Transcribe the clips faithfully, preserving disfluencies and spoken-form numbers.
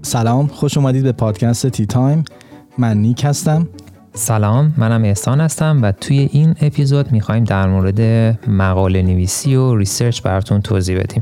سلام، خوش اومدید به پادکست تی تایم. من نیک هستم. سلام، منم احسان هستم و توی این اپیزود میخوایم در مورد مقاله نویسی و ریسرچ براتون توضیح بدیم.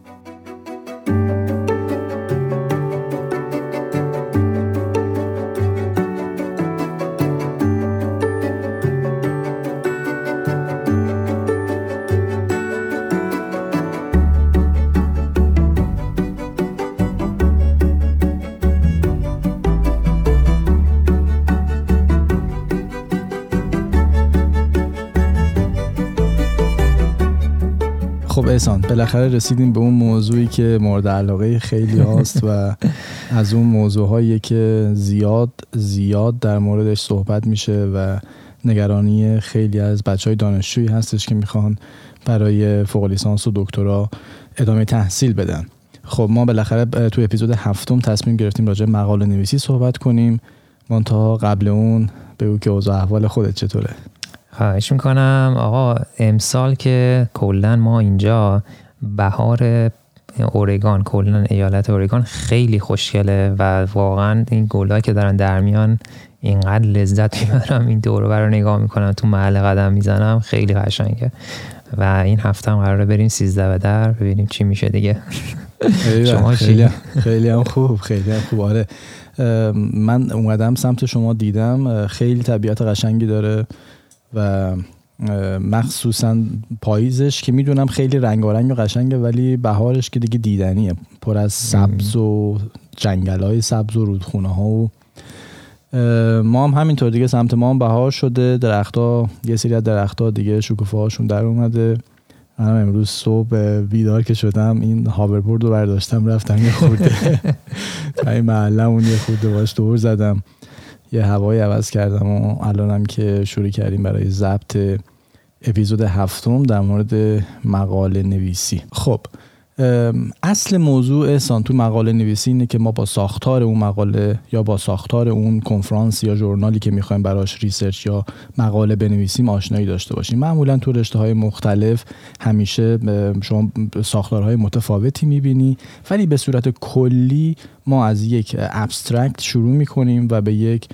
خب احسان، بالاخره رسیدیم به اون موضوعی که مورد علاقه خیلی هاست و از اون موضوعهایی که زیاد زیاد در موردش صحبت میشه و نگرانی خیلی از بچهای دانشجویی هستش که میخوان برای فوق لیسانس و دکترا ادامه تحصیل بدن. خب ما بالاخره تو اپیزود هفتم تصمیم گرفتیم راجع به مقاله نویسی صحبت کنیم. منتها قبل اون بگو که اوضاع احوال خودت چطوره؟ خواهش میکنم. آقا امسال که کلن ما اینجا بهار اورگان، کلن ایالت اورگان خیلی خوشگله و واقعا این گلایی که دارن در میان اینقدر لذت میبرم. این دور و بر رو نگاه میکنم، تو محل قدم میزنم، خیلی قشنگه. و این هفته هم قراره بریم سیزده به در ببینیم چی میشه دیگه. شما خیلی خیلی هم خوب، خیلی هم خوب. آره من اومدم سمت شما، دیدم خیلی طبیعت قشنگی داره و مخصوصا پاییزش که میدونم خیلی رنگارنگ و قشنگه، ولی بهارش که دیگه دیدنیه، پر از سبز و جنگل‌های سبز و رودخونه‌ها. و ما هم همینطور دیگه، سمت ما هم بهار شده، درخت‌ها، یه سری از درخت‌ها دیگه شکوفه‌هاشون در اومده. من امروز صبح بیدار که شدم این هاوربورد رو برداشتم رفتم یه خورده این محله‌مون یه خورده باش دور زدم، یه هوایی عوض کردم و الانم که شروع کردیم برای ضبط اپیزود هفتم در مورد مقاله نویسی. خب اصل موضوع احسان تو مقاله نویسی اینه که ما با ساختار اون مقاله یا با ساختار اون کنفرانس یا ژورنالی که میخوایم براش ریسرچ یا مقاله بنویسیم آشنایی داشته باشیم. معمولا تو رشته‌های مختلف همیشه شما ساختارهای متفاوتی میبینی، ولی به صورت کلی ما از یک ابسترکت شروع میکنیم و به یک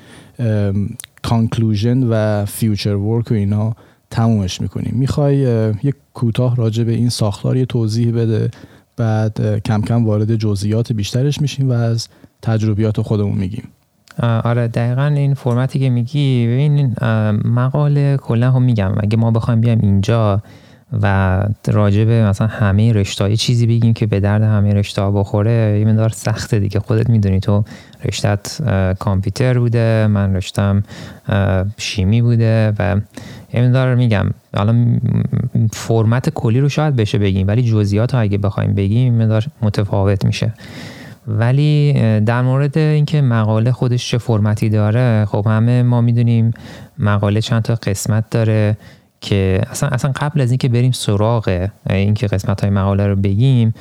کانکلوژن و فیوچر ورک و اینا تمومش میکنیم. میخوای یک کوتاه راجع به این ساختار یه توضیح بده، بعد کم کم وارد جزئیات بیشترش میشیم و از تجربیات خودمون میگیم. آره دقیقاً این فرمتی که میگی. ببین مقاله کلا هم میگم اگه ما بخوایم بیایم اینجا و راجع به مثلا همه رشته‌ها چیزی بگیم که به درد همه رشته‌ها بخوره، یه مقدار سخته دیگه. خودت میدونی تو رشته‌ت کامپیوتر بوده، من رشته‌ام شیمی بوده و یه مقدار میگم الان فرمت کلی رو شاید بشه بگیم، ولی جزئیات ها اگه بخوایم بگیم مقدار متفاوت میشه. ولی در مورد اینکه مقاله خودش چه فرمتی داره، خب همه ما میدونیم مقاله چند تا قسمت داره که اصلا اصلا قبل از اینکه بریم سراغ اینکه قسمت‌های مقاله رو بگیم،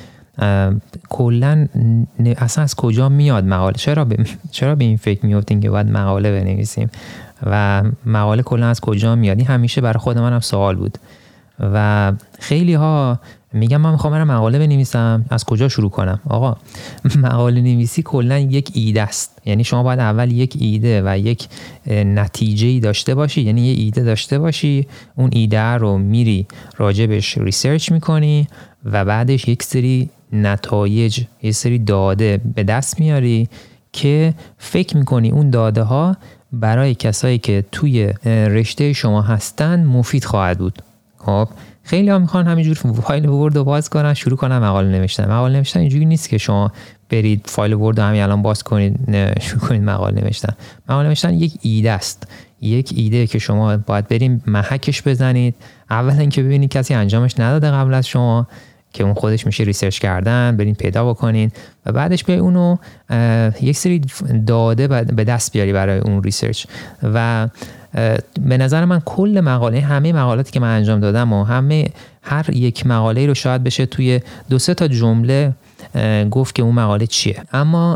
کلا اصلا از کجا میاد مقاله؟ چرا به چرا به این فکر میافتیم که باید مقاله بنویسیم و مقاله کلا از کجا میاد؟ این همیشه برای خود منم سوال بود و خیلی ها میگم من میخوام برم مقاله بنویسم، از کجا شروع کنم؟ آقا مقاله نویسی کلا یک ایده است. یعنی شما باید اول یک ایده و یک نتیجه‌ای داشته باشی، یعنی یه ایده داشته باشی، اون ایده رو میری راجبش ریسرچ میکنی و بعدش یک سری نتایج، یک سری داده به دست میاری که فکر میکنی اون داده ها برای کسایی که توی رشته شما هستن مفید خواهد بود. خب خیلی ها میخوان همینجور فایل ورد رو باز کنن شروع کنن مقاله نوشتن. مقاله نوشتن اینجوری نیست که شما برید فایل ورد رو همین الان باز کنید شروع کنید مقاله نوشتن. مقاله نوشتن یک ایده است، یک ایده که شما باید بریم محکش بزنید. اول اینکه ببینید کسی انجامش نداده قبل از شما، که اون خودش میشه ریسرچ کردن، برین پیدا بکنین و بعدش بیای اونو یک سری داده به دست بیاری برای اون ریسرچ. و به نظر من کل مقاله، همه مقالاتی که من انجام دادم و همه هر یک مقاله رو شاید بشه توی دو سه تا جمله گفت که اون مقاله چیه. اما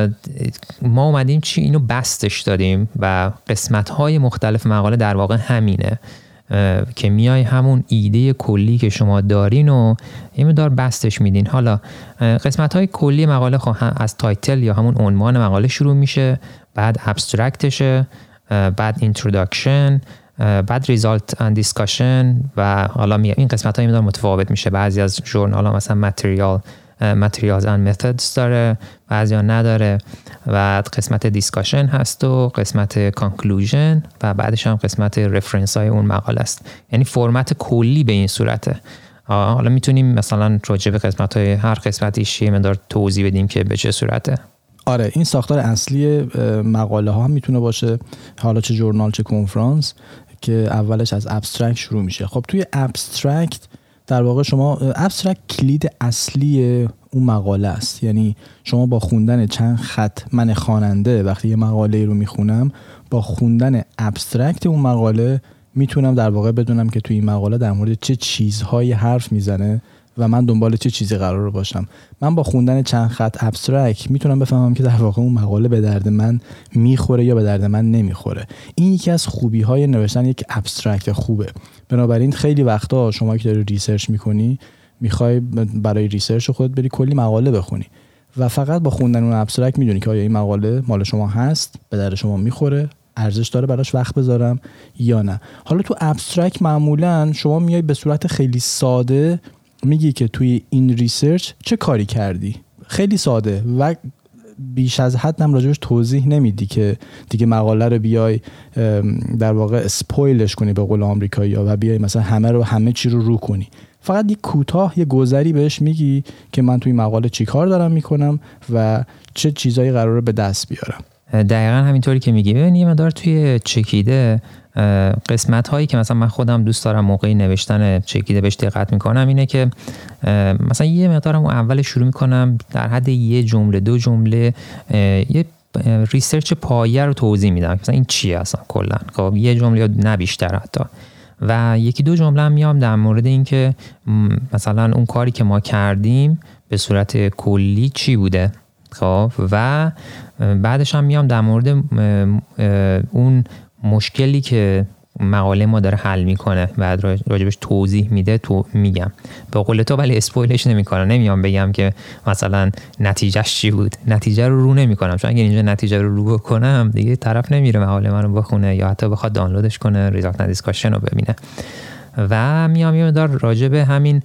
ما اومدیم چی اینو بستش دادیم و قسمت‌های مختلف مقاله در واقع همینه. که میای همون ایده کلی که شما دارین و یه مقدار بستش میدین. حالا قسمت‌های کلی مقاله خب از تایتل یا همون عنوان مقاله شروع میشه، بعد ابسترکتشه، بعد اینتروداکشن، بعد ریزالت اند دیسکاشن و حالا این قسمت‌ها یه مقدار متفاوت میشه. بعضی از ژورنال‌ها مثلا متریال materials and methods داره، بعضیا نداره. و قسمت دیسکاشن هست و قسمت کانکلوژن و بعدش هم قسمت رفرنس های اون مقاله است. یعنی فرمت کلی به این صورته. حالا میتونیم مثلا راجع به قسمت های هر قسمتیش یه مقدار توضیح بدیم که به چه صورته. آره، این ساختار اصلی مقاله ها هم میتونه باشه، حالا چه ژورنال چه کنفرانس، که اولش از ابسترکت شروع میشه. خب توی ابسترکت در واقع شما ابسترکت کلید اصلی اون مقاله است. یعنی شما با خوندن چند خط، من خواننده وقتی یه مقاله رو میخونم با خوندن ابسترکت اون مقاله میتونم در واقع بدونم که توی این مقاله در مورد چه چیزهایی حرف میزنه و من دنبال چه چیزی قراره باشم. من با خوندن چند خط ابسترکت میتونم بفهمم که در واقع اون مقاله به درد من میخوره یا به درد من نمیخوره. این یکی از خوبی های نوشتن یک ابسترکت خوبه. بنابراین خیلی وقتا شما که داری ریسرچ میکنی میخوای برای ریسرچ خودت بری کلی مقاله بخونی و فقط با خوندن اون ابسترکت میدونی که آیا این مقاله مال شما هست، به درد شما میخوره، ارزش داره براش وقت بذارم یا نه. حالا تو ابسترکت معمولا شما میای به صورت خیلی ساده میگی که توی این ریسرچ چه کاری کردی، خیلی ساده و بیش از حد هم راجبش توضیح نمیدی که دیگه مقاله رو بیای در واقع اسپویلش کنی به قول آمریکایی‌ها و بیای مثلا همه رو همه چی رو رو کنی. فقط یک کوتاه یه گذری بهش میگی که من توی مقاله چی کار دارم میکنم و چه چیزایی قراره به دست بیارم. دقیقاً همینطوری که میگی. ببین یه مقدار توی چکیده قسمت هایی که مثلا من خودم دوست دارم موقعی نوشتن چکیده بهش دقت میکنم اینه که مثلا یه مقدارم اول شروع میکنم در حد یه جمله دو جمله یه ریسرچ پایه رو توضیح میدم مثلا این چیه اصلا کلا، خب یه جمله یا نه بیشتر حتی، و یکی دو جمله هم میام در مورد این که مثلا اون کاری که ما کردیم به صورت کلی چی بوده، خب و بعدش هم میام در مورد اون مشکلی که مقاله ما داره حل میکنه بعد راجبش توضیح میده تو میگم به قول تو، ولی اسپویلش نمیکنم. نمیام بگم که مثلا نتیجهش چی بود، نتیجه رو رو نمیکنم، چون اگه اینجا نتیجه رو رو بکنم دیگه طرف نمیره مقاله منو بخونه یا حتی بخواد دانلودش کنه، ریزالت اند دیسکاشن رو ببینه. و میام یه مقدار راجب همین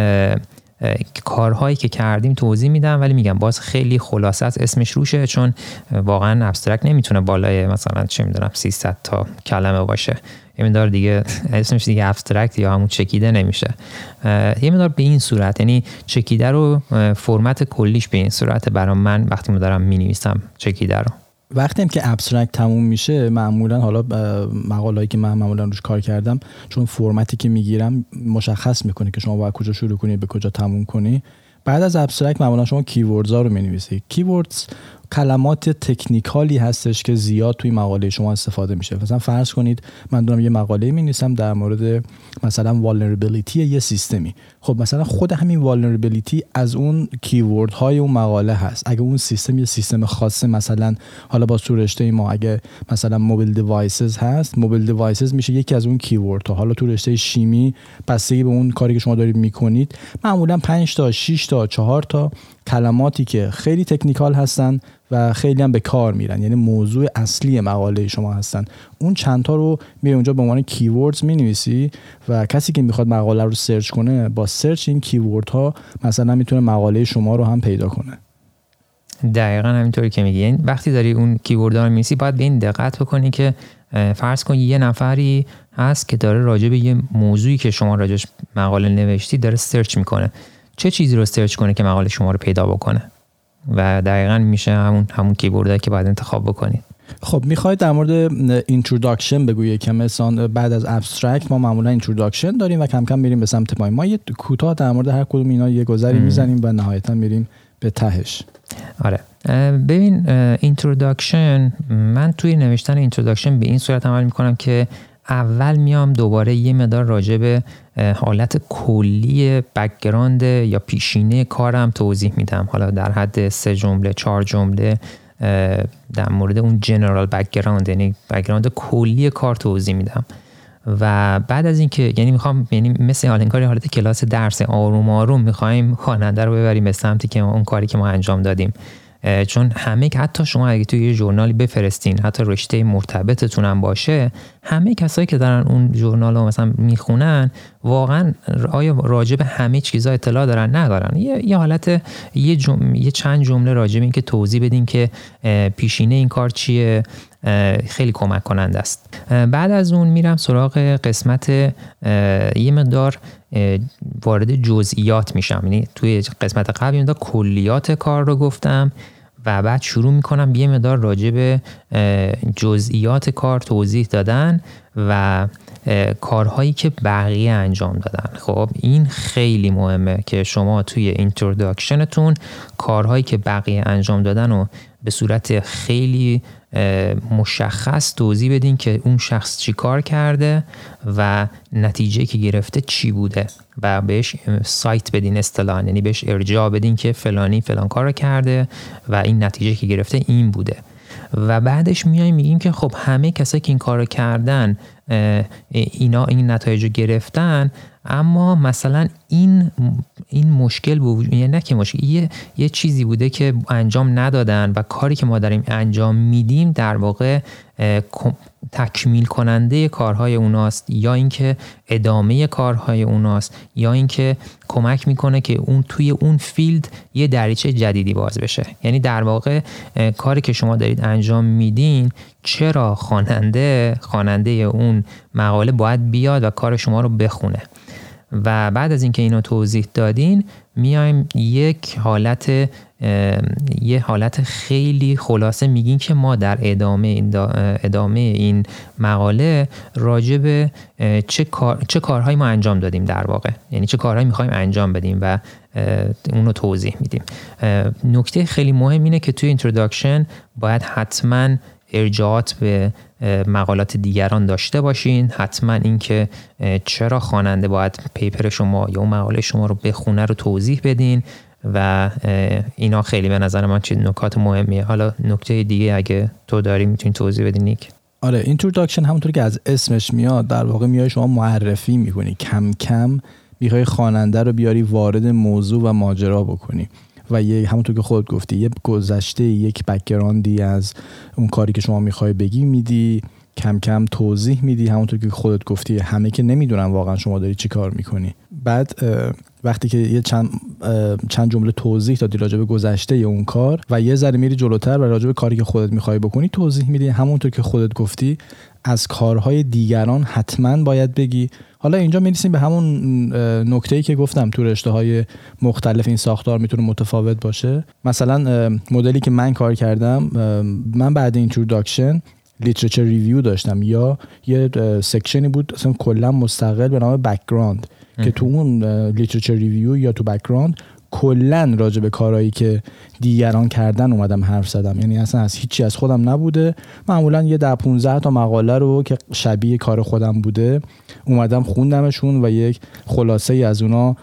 کارهایی که کردیم توضیح میدم، ولی میگم باز خیلی خلاصه است اسمش روشه، چون واقعا ابسترکت نمیتونه بالای مثلا چه میدونم سیصد تا کلمه باشه. یه مقدار دیگه اسمش دیگه ابسترکت یا همون چکیده نمیشه. یه مقدار به این صورت، یعنی چکیده رو فرمت کلیش به این صورت برای من وقتی دارم مینویسم چکیده رو. وقتی هم که ابسترکت تموم میشه معمولا، حالا مقالهایی که من معمولا روش کار کردم چون فرمتی که میگیرم مشخص میکنه که شما باید کجا شروع کنی به کجا تموم کنی، بعد از ابسترکت معمولا شما کیوردز ها رو مینویسی. کیوردز کلمات تکنیکالی هستش که زیاد توی مقاله شما استفاده میشه. مثلا فرض کنید من دارم یه مقاله می‌نویسم در مورد مثلا والنربیلیتی یه سیستمی. خب مثلا خود همین والنربیلیتی از اون کیورد های اون مقاله هست. اگه اون سیستم یه سیستم خاصه، مثلا حالا با تو رشته ما اگه مثلا موبایل دیوایسز هست، موبایل دیوایسز میشه یکی از اون کیورد ها. حالا تو رشته شیمی بستگی به اون کاری که شما دارید میکنید معمولا پنج تا شش تا چهار تا کلماتی که خیلی تکنیکال هستن و خیلی هم به کار میرن، یعنی موضوع اصلی مقاله شما هستن، اون چند تا رو میای اونجا به عنوان کیوردز مینویسی و کسی که میخواد مقاله رو سرچ کنه با سرچ این کیورد ها مثلا میتونه مقاله شما رو هم پیدا کنه. دقیقاً همینطوری که میگی. یعنی وقتی داری اون کیورد ها رو می‌نویسی باید به این دقت بکنی که فرض کن یه نفری هست که داره راجع به یه موضوعی که شما راجعش مقاله نوشتی داره سرچ میکنه، چه چیزی رو سرچ کنه که مقاله شما رو پیدا بکنه، و دقیقاً میشه همون همون کیوردایی که باید انتخاب بکنید. خب میخواید در مورد اینتروداکشن بگو یکم؟ مثلا بعد از ابسترکت ما معمولا اینتروداکشن داریم و کم کم میریم به سمت پایین. ما یه کوتاه در مورد هر کدوم اینا یه گذری میزنیم و نهایتا میریم به تهش. آره ببین، اینتروداکشن من توی نوشتن اینتروداکشن به این صورت عمل میکنم که اول میام دوباره یه مقدار راجع به حالت کلی بک‌گراند یا پیشینه کارم توضیح میدم، حالا در حد سه جمله چهار جمله در مورد اون جنرال بک‌گراند، یعنی بک‌گراند کلی کار توضیح میدم. و بعد از اینکه یعنی میخوام یعنی مثل حالنکاری حالت کلاس درس آروم آروم میخوایم خواننده رو ببریم به سمتی که اون کاری که ما انجام دادیم، چون همه که حتی شما اگه توی یه ژورنالی بفرستین حتی رشته مرتبطتون هم باشه، همه کسایی که دارن اون ژورنال رو مثلا میخونن واقعا آیا راجع به همه چیزا اطلاع دارن ندارن. یه, یه حالت یه, جم... یه چند جمله راجع به این که توضیح بدین که پیشینه این کار چیه خیلی کمک کننده است. بعد از اون میرم سراغ قسمت یه مقدار وارد جزئیات میشم، یعنی توی قسمت قبل یه مقدار کلیات کار رو گفتم و بعد شروع میکنم یه مقدار راجع به جزئیات کار توضیح دادن و کارهایی که بقیه انجام دادن. خب این خیلی مهمه که شما توی اینتروداکشنتون کارهایی که بقیه انجام دادن رو به صورت خیلی مشخص توضیح بدین که اون شخص چی کار کرده و نتیجه که گرفته چی بوده و بهش سایت بدین اصطلاحاً، یعنی بهش ارجاع بدین که فلانی فلان کار کرده و این نتیجه که گرفته این بوده. و بعدش میایم میگیم که خب همه کسایی که این کارو کردن اینا این نتایج رو گرفتن، اما مثلا این این مشکل بود، یعنی نه که مشکل یه یه چیزی بوده که انجام ندادن و کاری که ما داریم انجام میدیم در واقع تکمیل کننده کارهای اوناست، یا اینکه ادامه کارهای اوناست، یا اینکه کمک میکنه که اون توی اون فیلد یه دریچه جدیدی باز بشه. یعنی در واقع کاری که شما دارید انجام میدین، چرا خواننده خواننده اون مقاله باید بیاد و کار شما رو بخونه. و بعد از اینکه اینو توضیح دادین میایم یک حالت یه حالت خیلی خلاصه میگین که ما در ادامه این ادامه این مقاله راجع به چه کار چه کارهایی ما انجام دادیم در واقع، یعنی چه کارهایی میخوایم انجام بدیم و اونو توضیح میدیم. نکته خیلی مهم اینه که توی اینتروداکشن باید حتما ارجاعات به مقالات دیگران داشته باشین، حتما اینکه چرا خواننده باید پیپر شما یا اون مقاله شما رو بخونه رو توضیح بدین و اینا خیلی به نظر من چه نکات مهمیه. حالا نکته دیگه اگه تو داری میتونی توضیح بدی نیک. آره، اینتروداکشن همونطور که از اسمش میاد در واقع میای شما معرفی میکنی، کم کم میخوای خواننده رو بیاری وارد موضوع و ماجرا بکنی و یه همونطور که خودت گفتی یه گذشته، یک بک‌گراندی از اون کاری که شما میخوای بگی میدی، کم کم توضیح میدی، همونطور که خودت گفتی همه که نمیدونن واقعا شما داری چی کار میکنی. بعد وقتی که یه چند چند جمله توضیح دادی راجع به گذشته اون کار و یه ذره میری جلوتر و راجع به کاری که خودت میخوای بکنی توضیح میدی، همونطور که خودت گفتی از کارهای دیگران حتما باید بگی. حالا اینجا میرسیم به همون نکته‌ای که گفتم تو رشته‌های مختلف این ساختار میتونه متفاوت باشه. مثلا مدلی که من کار کردم، من بعد اینتروداکشن لیترچر ریویو داشتم یا یه سکشنی بود اصلا کلا مستقل به نام بک‌گراند که تو اون لیترچر ریویو یا تو بک‌گراند کلا راجع به کارهایی که دیگران کردن اومدم حرف زدم. یعنی اصلا از هیچی از خودم نبوده، معمولا یه ده پونزده تا مقاله رو که شبیه کار خودم بوده اومدم خوندمشون و یک خلاصه ای از اونا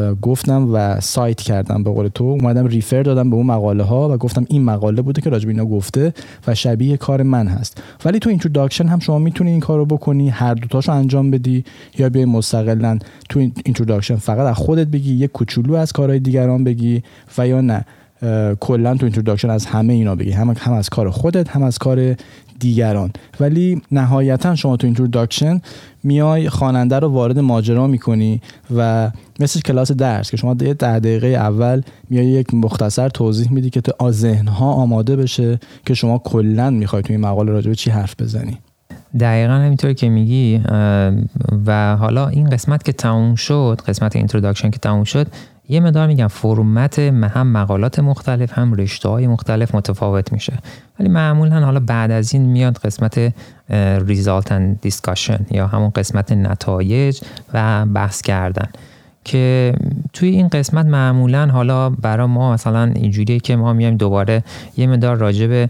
گفتم و سایت کردم، به قول تو اومدم ریفر دادم به اون مقاله ها و گفتم این مقاله بوده که راجع به اینا گفته و شبیه کار من هست. ولی تو اینتروداکشن هم شما میتونی این کارو بکنی، هر دو تاشو انجام بدی، یا بیای مستقلاً تو اینتروداکشن فقط از خودت بگی، یک کوچولو از کارهای دیگران بگی، و یا نه کلا تو اینتروداکشن از همه اینا بگی، هم هم از کار خودت هم از کار دیگران. ولی نهایتا شما تو اینتروداکشن میای خواننده رو وارد ماجرا میکنی و مثل کلاس درس که شما ده دقیقه اول میای یک مختصر توضیح میدی که تو ذهن‌ها آماده بشه که شما کلا میخوای تو این مقاله راجع به چی حرف بزنی. دقیقاً همینطور که میگی. و حالا این قسمت که تموم شد، قسمت اینتروداکشن که تموم شد، یه مقدار میگم فرمت هم مقالات مختلف هم رشته‌های مختلف متفاوت میشه، ولی معمولا حالا بعد از این میاد قسمت ریزالت اند دیسکاشن یا همون قسمت نتایج و بحث کردن که توی این قسمت معمولا حالا برای ما مثلا اینجوریه که ما میایم دوباره یه مقدار راجع به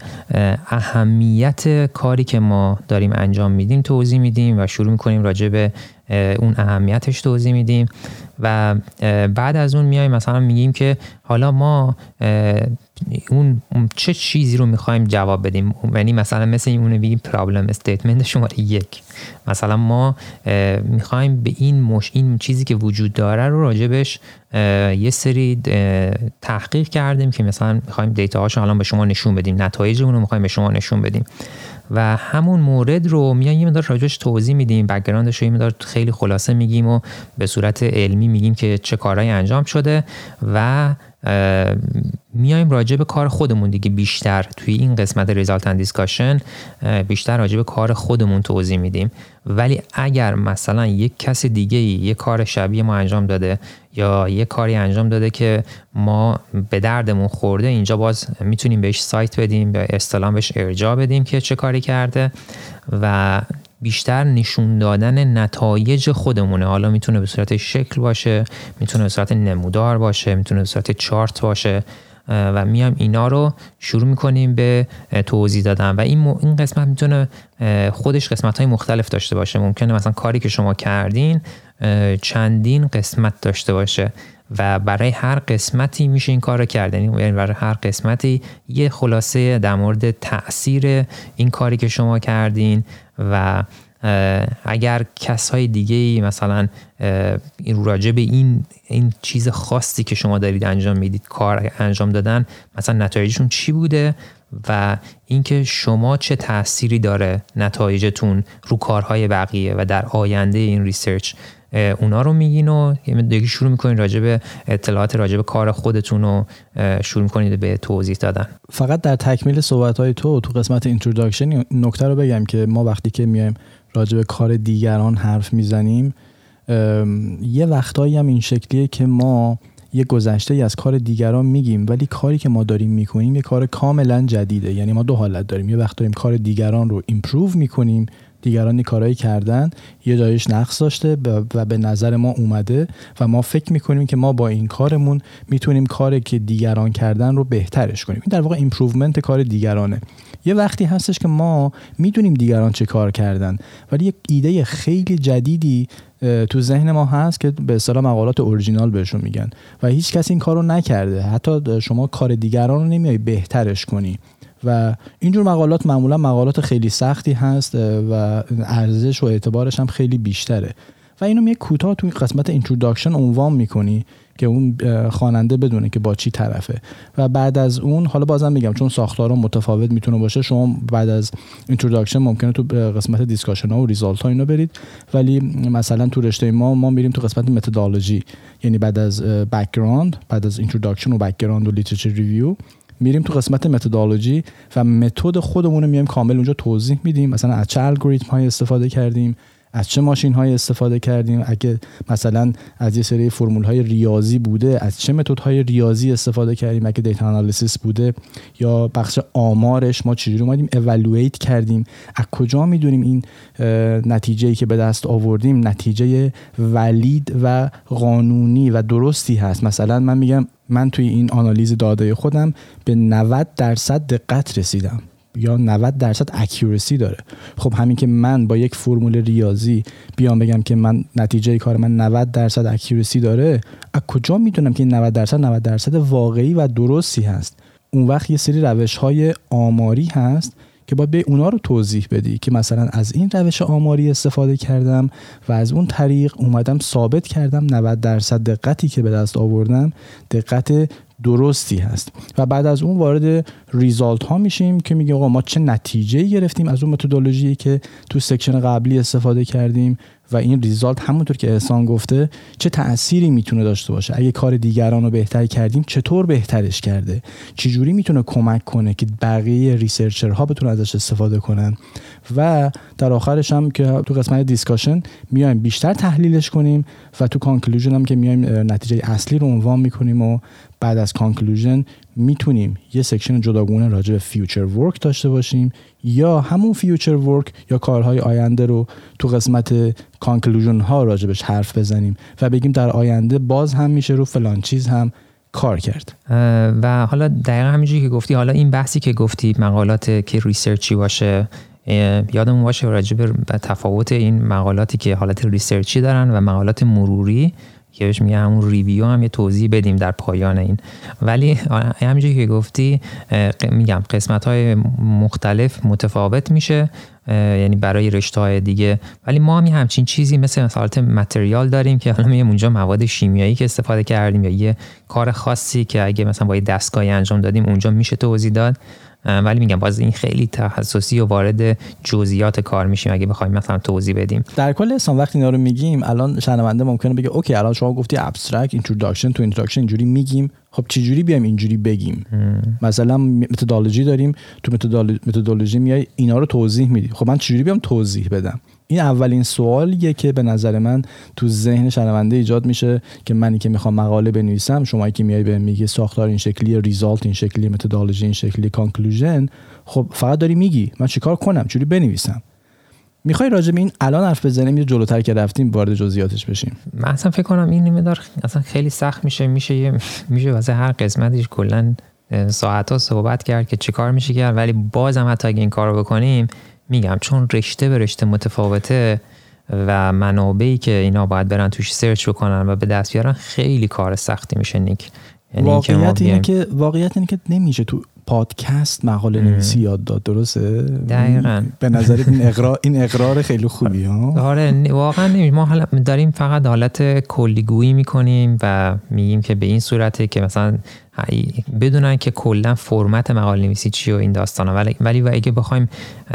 اهمیت کاری که ما داریم انجام میدیم توضیح میدیم و شروع میکنیم راجع به اون اهمیتش توضیح میدیم و بعد از اون میایم مثلا میگیم که حالا ما اون چه چیزی رو میخوایم جواب بدیم. یعنی مثلا مثل این اون بگیم پرابلم استیتمنت شماره یک، مثلا ما میخوایم به این مش این چیزی که وجود داره رو راجبش یه سری تحقیق کردیم که مثلا میخوایم دیتاهاشو الان به شما نشون بدیم، نتایج اون رو میخوایم به شما نشون بدیم و همون مورد رو میایم یه مقدار راجبش توضیح میدیم، بک‌گراندش رو یه مقدار خیلی خلاصه میگیم و به صورت علمی میگیم که چه کارهایی انجام شده و میایم راجع به کار خودمون دیگه بیشتر توی این قسمت ریزالت اند دیسکاشن بیشتر راجع به کار خودمون توضیح میدیم. ولی اگر مثلا یک کس دیگه یک کار شبیه ما انجام داده یا یک کاری انجام داده که ما به دردمون خورده، اینجا باز میتونیم بهش سایت بدیم، به اصطلاح بهش ارجاع بدیم که چه کاری کرده و بیشتر نشون دادن نتایج خودمونه. حالا میتونه به صورت شکل باشه، میتونه به صورت نمودار باشه، میتونه به صورت چارت باشه و میام اینا رو شروع میکنیم به توضیح دادن و این این قسمت میتونه خودش قسمت‌های مختلف داشته باشه. ممکنه مثلا کاری که شما کردین چندین قسمت داشته باشه و برای هر قسمتی میشه این کار رو کرد. یعنی برای هر قسمتی یه خلاصه در مورد تأثیر این کاری که شما کردین و اگر کسای دیگه‌ای مثلا این راجع به این این چیز خاصی که شما دارید انجام میدید کار انجام دادن، مثلا نتایجشون چی بوده و اینکه شما چه تأثیری داره نتایجتون رو کارهای بقیه و در آینده این ریسرچ، اونا رو میگین و دیگه شروع میکنین راجع به اطلاعات راجع به کار خودتون رو شروع میکنید به توضیح دادن. فقط در تکمیل صحبت‌های تو تو قسمت اینتروداکشن نکته رو بگم که ما وقتی که میایم راجع به کار دیگران حرف میزنیم، یه وقتایی هم این شکلیه که ما یه گذشته ای از کار دیگران میگیم ولی کاری که ما داریم میکنیم یه کار کاملا جدیده. یعنی ما دو حالت داریم، یه وقت داریم کار دیگران رو ایمپروو میکنیم، دیگرانی کارهایی کردن یه جایش نقص داشته و به نظر ما اومده و ما فکر میکنیم که ما با این کارمون میتونیم کاری که دیگران کردن رو بهترش کنیم. این در واقع ایمپروومنت کار دیگرانه. یه وقتی هستش که ما میدونیم دیگران چه کار کردن ولی یک ایده خیلی جدیدی تو ذهن ما هست که به اصطلاح مقالات اورجینال بهشون میگن و هیچ کس این کارو نکرده. حتی شما کار دیگران رو نمیای بهترش کنی و اینجور مقالات معمولا مقالات خیلی سختی هست و ارزش و اعتبارش هم خیلی بیشتره و اینو می کوتاه توی قسمت اینتروداکشن عنوان میکنی که اون خواننده بدونه که با چی طرفه و بعد از اون حالا بازم میگم چون ساختارا متفاوت میتونه باشه، شما بعد از اینتروداکشن ممکنه تو قسمت دیسکاشن ها و ریزالت ها اینو برید، ولی مثلا تو رشته ما ما میریم تو قسمت متدولوژی، یعنی بعد از بک‌گراند، بعد از اینتروداکشن و بک‌گراند و لیترچر ریویو میریم تو قسمت متدولوژی و متد خودمون رو میایم کامل اونجا توضیح میدیم. مثلا از چه الگوریتم های استفاده کردیم، از چه ماشین های استفاده کردیم، اگه مثلا از یه سری فرمول های ریاضی بوده از چه متد های ریاضی استفاده کردیم، اگه دیتا آنالیسیس بوده یا بخش آمارش ما چجوری اومدیم اِوالوییت کردیم، از کجا میدونیم این نتیجه‌ای که به دست آوردیم نتیجه ولید و قانونی و درستی هست. مثلا من میگم من توی این آنالیز داده خودم به نود درصد دقت رسیدم یا نود درصد اکیورسی داره. خب همین که من با یک فرمول ریاضی بیام بگم که من نتیجه کار من نود درصد اکیورسی داره، از کجا میدونم که این نود درصد نود درصد واقعی و درستی هست؟ اون وقت یه سری روش‌های آماری هست که باید به اونا رو توضیح بدی که مثلا از این روش آماری استفاده کردم و از اون طریق اومدم ثابت کردم نود درصد دقتی که به دست آوردم دقت درستی هست و بعد از اون وارد ریزالت ها میشیم که میگه آقا ما چه نتیجه گرفتیم از اون متدولوژی که تو سکشن قبلی استفاده کردیم و این ریزالت همونطور که احسان گفته چه تأثیری میتونه داشته باشه. اگه کار دیگران رو بهتر کردیم چطور بهترش کرده، چجوری میتونه کمک کنه که بقیه ریسرچرها بتونن ازش استفاده کنن و در آخرش هم که تو قسمت دیسکاشن میایم بیشتر تحلیلش کنیم و تو کانکلوژن هم که میایم نتیجه اصلی رو عنوان میکنیم و بعد از کانکلوژن میتونیم یه سکشن جداگونه راجع به فیوچر ورک داشته باشیم یا همون فیوچر ورک یا کارهای آینده رو تو قسمت کانکلوژن ها راجبش حرف بزنیم و بگیم در آینده باز هم میشه رو فلان چیز هم کار کرد. و حالا دقیقا همینجوری که گفتی، حالا این بحثی که گفتی مقالات که ریسرچی باشه، یادمون باشه راجع به تفاوت این مقالاتی که حالت ریسرچی دارن و مقالات مروری که بهش میگه همون ریویو هم یه توضیح بدیم در پایان این. ولی همونجوری که گفتی میگم قسمت‌های مختلف متفاوت میشه، یعنی برای رشته‌های دیگه. ولی ما هم همچین چیزی مثل مثلا متریال داریم که حالا میگم اونجا مواد شیمیایی که استفاده کردیم یا یه کار خاصی که اگه مثلا با یه دستگاهی انجام دادیم اونجا میشه توضیح داد. ولی میگم باز این خیلی تخصصی و وارد جزئیات کار میشیم اگه بخوایم مثلا توضیح بدیم. در کل اصلا وقتی اینا رو میگیم الان شنونده ممکنه بگه اوکی الان شما گفتی ابسترکت اینتروداکشن تو اینتروداکشن اینجوری میگیم، خب چه جوری بیایم اینجوری بگیم؟ ام. مثلا متدولوژی داریم، تو متدولوژی میای اینا رو توضیح میدی، خب من چه جوری بیام توضیح بدم؟ این اولین سوالیه که به نظر من تو ذهن شنونده ایجاد میشه که منی که میخوام مقاله بنویسم، شمایی که میای بهم میگی ساختار این شکلیه، ریزالت این شکلیه، متدولوژی این شکلیه، کانکلوژن، خب فقط داری میگی من چیکار کنم، چوری بنویسم؟ میخوای راجع به این الان حرف بزنیم یا جلوتر که رفتیم وارد جزئیاتش بشیم؟ من اصلا فکر کنم این مقدار اصلا خیلی سخت میشه، میشه میشه واسه هر قسمتش کلا ساعت‌ها صحبت کرد که چیکار میشه کرد. ولی بازم حتی اگه این کارو بکنیم، میگم چون رشته به رشته متفاوته و منابعی که اینا باید برن توش سرچ بکنن و به دست بیارن خیلی کار سختی میشه نیک. یعنی واقعیت اینه که واقعیت اینه که نمیشه تو پادکست مقاله نویسی یاد داد، درسته؟ دقیقاً. به نظر این اقرار این اقرار خیلی خوبی ها. آره واقعا نمیشه. ما حالا داریم فقط حالت کلیگویی میکنیم و میگیم که به این صورته که مثلا بدونن که کلا فرمت مقاله نویسی چیه و این داستانا. ولی ولی اگه بخوایم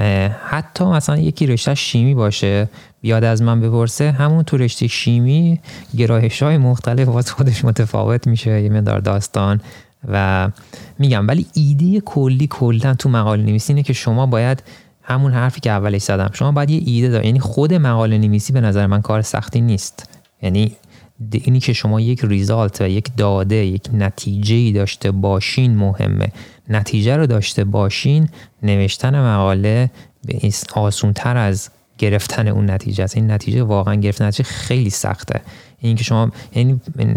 حتی مثلا یکی رشته شیمی باشه بیاد از من بپرسه، همون تو رشته شیمی گرایش‌های مختلف واسه خودش متفاوت میشه، یه مقدار داستان. و میگم ولی ایده کلی کلا تو مقاله نویسی اینه که شما باید همون حرفی که اولش زدم، شما باید یه ایده دار. یعنی خود مقاله نویسی به نظر من کار سختی نیست. یعنی اینی که شما یک ریزالت و یک داده، یک نتیجه‌ای داشته باشین مهمه. نتیجه رو داشته باشین، نوشتن مقاله آسان‌تر از گرفتن اون نتیجه است. این نتیجه واقعا گرفتن نتیجه خیلی سخته. این که شما یعنی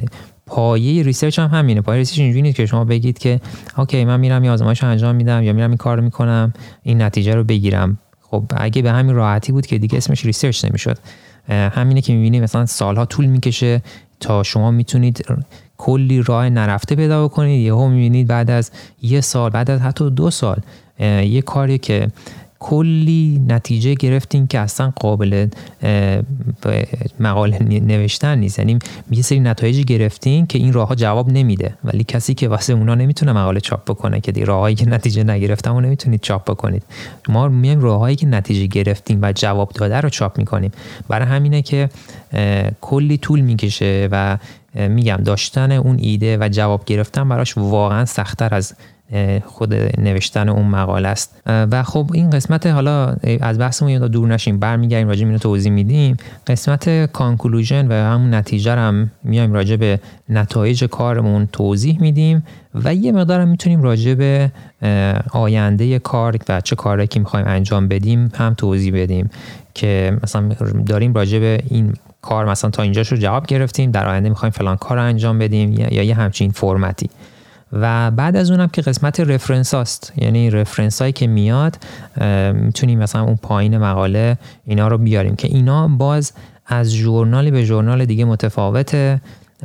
پایه ریسرچ هم همینه. پایه ریسرچ اینجوری نیست که شما بگید که اوکی من میرم یه آزمایش رو انجام میدم یا میرم این کار رو میکنم این نتیجه رو بگیرم. خب اگه به همین راحتی بود که دیگه اسمش ریسرچ نمیشد. همینه که میبینید مثلا سالها طول میکشه تا شما میتونید کلی راه نرفته پیدا بکنید. یهو میبینید بعد از یه سال، بعد از حتی دو سال، یه کاری که کلی نتیجه گرفتین که اصلا قابل مقاله نوشتن نیست. یعنی یه سری نتایجی گرفتین که این راهها جواب نمیده، ولی کسی که واسه اونا نمیتونه مقاله چاپ بکنه که دی راهایی که نتیجه نگرفتن اون نمیتونید چاپ بکنید. ما میایم راهایی که نتیجه گرفتیم و جواب داده رو چاپ میکنیم. برای همینه که کلی طول میکشه و میگم داشتن اون ایده و جواب گرفتن براش واقعا سخت‌تر از خود نوشتن اون مقاله است. و خب این قسمت، حالا از بحثمون یه دور نشیم، برمیگردیم راجع به اینو توضیح میدیم. قسمت کانکلوژن و همون نتیجه رو هم میایم راجع به نتایج کارمون توضیح میدیم و یه مقدار هم میتونیم راجع به آینده کار و چه کاری که میخوایم انجام بدیم هم توضیح بدیم که مثلا داریم راجع به این کار مثلا تا اینجاش رو جواب گرفتیم، در آینده میخوایم فلان کار رو انجام بدیم یا یه همچین فرمتی. و بعد از اونم که قسمت رفرنس هاست، یعنی رفرنس هایی که میاد میتونیم مثلا اون پایین مقاله اینا رو بیاریم که اینا باز از ژورنالی به ژورنال دیگه متفاوته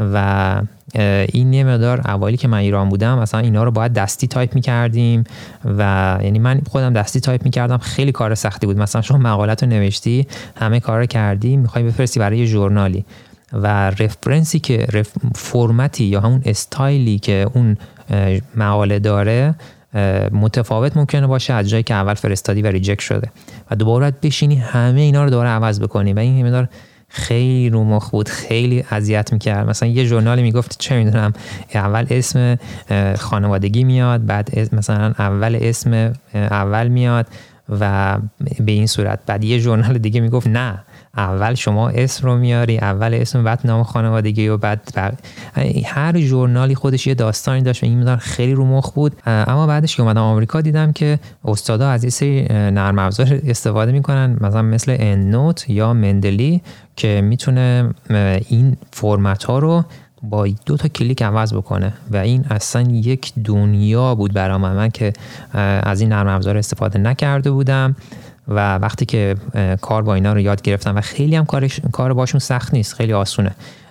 و این یه مقدار اولی که من ایران بودم مثلا اینا رو باید دستی تایپ میکردیم و یعنی من خودم دستی تایپ میکردم، خیلی کار سختی بود. مثلا شما مقالت رو نوشتی، همه کار رو کردی، میخوای بفرستی برای یه ژورنالی و رفرنسی که رف... فرمتی یا همون استایلی که اون مقاله داره متفاوت ممکنه باشه از جایی که اول فرستادی و ریجکت شده و دوباره باید بشینی همه اینا رو دوباره عوض بکنی و این مقدار خیلی رو مخ بود، خیلی اذیت میکرد. مثلا یه ژورنالی میگفت چه میدونم اول اسم خانوادگی میاد، بعد مثلا اول اسم اول میاد و به این صورت. بعد یه ژورنال دیگه میگفت نه اول شما اسم رو میاری، اول اسم بعد نام خانوادگی و بعد, بعد هر ژورنالی خودش یه داستانی داشت و این مقدار خیلی رو مخ بود. اما بعدش که اومدم آمریکا دیدم که استادا از این سری نرم افزار استفاده میکنن، مثلا مثل اندنوت یا مندلی که میتونه این فرمت ها رو با دو تا کلیک عوض بکنه و این اصلا یک دنیا بود برای من, من که از این نرم افزار استفاده نکرده بودم و وقتی که کار با اینا رو یاد گرفتم و خیلی هم کارش کار باشون سخت نیست، خیلی آسونه.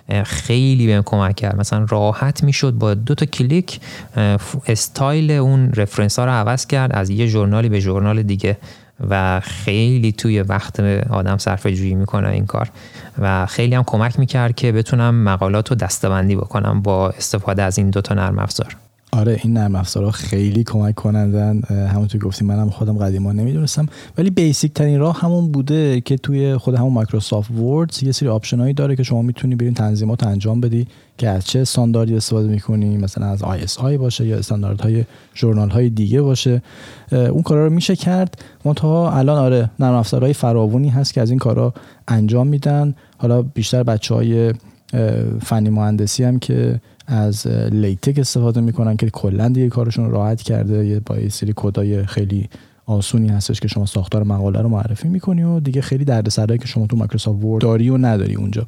خیلی بهم کمک کرد. مثلا راحت میشد با دو تا کلیک استایل اون رفرنس ها رو عوض کرد از یه ژورنالی به ژورنال دیگه و خیلی توی وقت آدم صرفه جویی میکنه این کار و خیلی هم کمک میکرد که بتونم مقالات رو دسته‌بندی بکنم با استفاده از این دوتا نرم افزار. آره این نرم افزارها خیلی کمک کنندن. همونطور گفتیم منم خودم قدیما نمیدونستم ولی بیسیک ترین راه همون بوده که توی خود همون مایکروسافت ورد یه سری آپشن هایی داره که شما میتونی برین تنظیمات انجام بدی که از چه استانداردی استفاده میکنی، مثلا از آی اس آی باشه یا استانداردهای ژورنال های دیگه باشه، اون کارا رو میشه کرد. منتها الان آره نرم افزارهای فراوانی هست که از این کارا انجام میدن. حالا بیشتر بچهای فنی مهندسی هم که از لیتک استفاده میکنن که کلا دیگه کارشون راحت کرده، یه با یه سری کدای خیلی آسونی هستش که شما ساختار مقاله رو معرفی میکنی و دیگه خیلی دردسرایی که شما تو مایکروسافت ورد داری و نداری اونجا.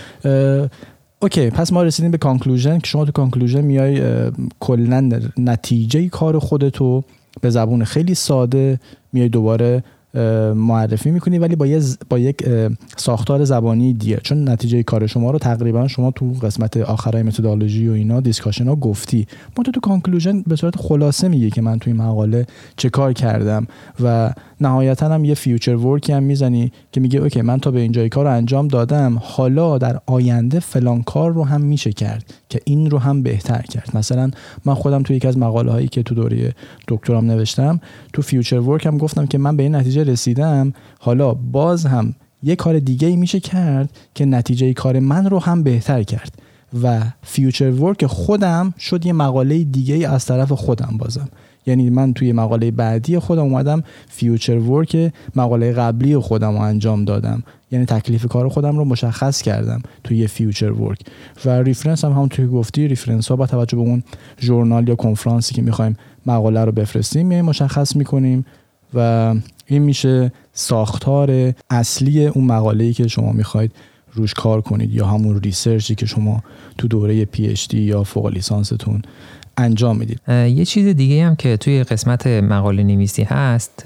اوکی پس ما رسیدیم به کانکلوژن که شما تو کانکلوژن میای کلا نتیجه کار خودتو به زبون خیلی ساده میای دوباره معرفی میکنی ولی با, با یک ساختار زبانی دیگه، چون نتیجه کار شما رو تقریبا شما تو قسمت آخرای متدولوژی و اینا دیسکاشن ها گفتی. ما تو تو کانکلوژن به صورت خلاصه میگه که من توی مقاله چه کار کردم و نهایتا هم یه فیوچر ورکی هم میزنی که میگه اوکی من تا به اینجای کار رو انجام دادم، حالا در آینده فلان کار رو هم میشه کرد که این رو هم بهتر کرد. مثلا من خودم توی یکی از مقاله هایی که تو دوره دکترام نوشتم تو فیوچر ورک هم گفتم که من به این نتیجه رسیدم، حالا باز هم یه کار دیگه ای میشه کرد که نتیجه کار من رو هم بهتر کرد و فیوچر ورک خودم شد یه مقاله دیگه ای از طرف خودم بازم. یعنی من توی مقاله بعدی خودم اومدم فیوچر ورک مقاله قبلی خودم رو انجام دادم، یعنی تکلیف کار خودم رو مشخص کردم توی یه فیوچر ورک. و ریفرنس هم همون توی گفتی ریفرنس ها با توجه به اون ژورنال یا کنفرانسی که میخوایم مقاله رو بفرستیم میایم مشخص میکنیم و این میشه ساختار اصلی اون مقاله‌ای که شما میخواید روش کار کنید یا همون ریسرچی که شما تو دوره پی اچ دی یا فوق لیسانستون انجام میدید. یه چیز دیگه هم که توی قسمت مقاله نویسی هست،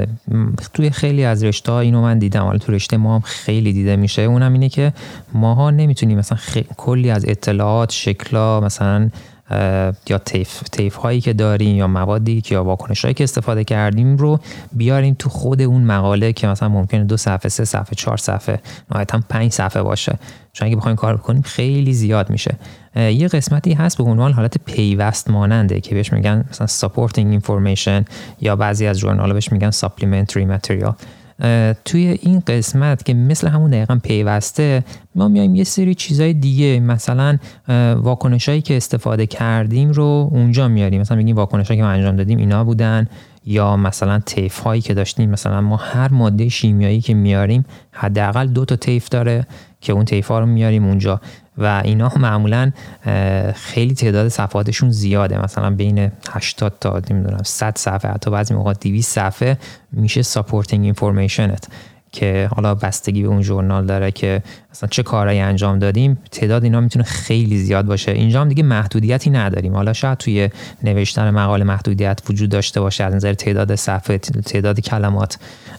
توی خیلی از رشته‌ها اینو من دیدم، حالا تو رشته ما هم خیلی دیده میشه، اونم اینه که ماها نمیتونیم مثلا کلی از اطلاعات، شکلا، مثلا یا طیف طیف هایی که داریم یا موادی که یا واکنش هایی که استفاده کردیم رو بیاریم تو خود اون مقاله که مثلا ممکنه دو صفحه، سه صفحه، چهار صفحه، نهایتاً پنج صفحه باشه، چون اگه بخوایم کار بکنیم خیلی زیاد میشه. یه قسمتی هست به عنوان حالت پیوست ماننده که بهش میگن مثلا supporting information یا بعضی از ژورنال‌ها بهش میگن supplementary material. توی این قسمت که مثل همون دقیقاً پیوسته، ما میایم یه سری چیزای دیگه، مثلا واکنشایی که استفاده کردیم رو اونجا میاریم، مثلا میگیم واکنشایی که ما انجام دادیم اینا بودن، یا مثلا طیف هایی که داشتیم، مثلا ما هر ماده شیمیایی که میاریم حداقل دو تا طیف داره که اون طیف ها رو میاریم اونجا و اینا معمولا خیلی تعداد صفحاتشون زیاده، مثلا بین هشتاد تا نمیدونم صد صفحه، حتی بعضی موقع دویست صفحه میشه supporting informationت که حالا بستگی به اون ژورنال داره که مثلا چه کارایی انجام دادیم، تعداد اینا میتونه خیلی زیاد باشه. اینجا هم دیگه محدودیتی نداریم، حالا شاید توی نوشتن مقاله محدودیت وجود داشته باشه از نظر تعداد صفحه، تعداد کلمات،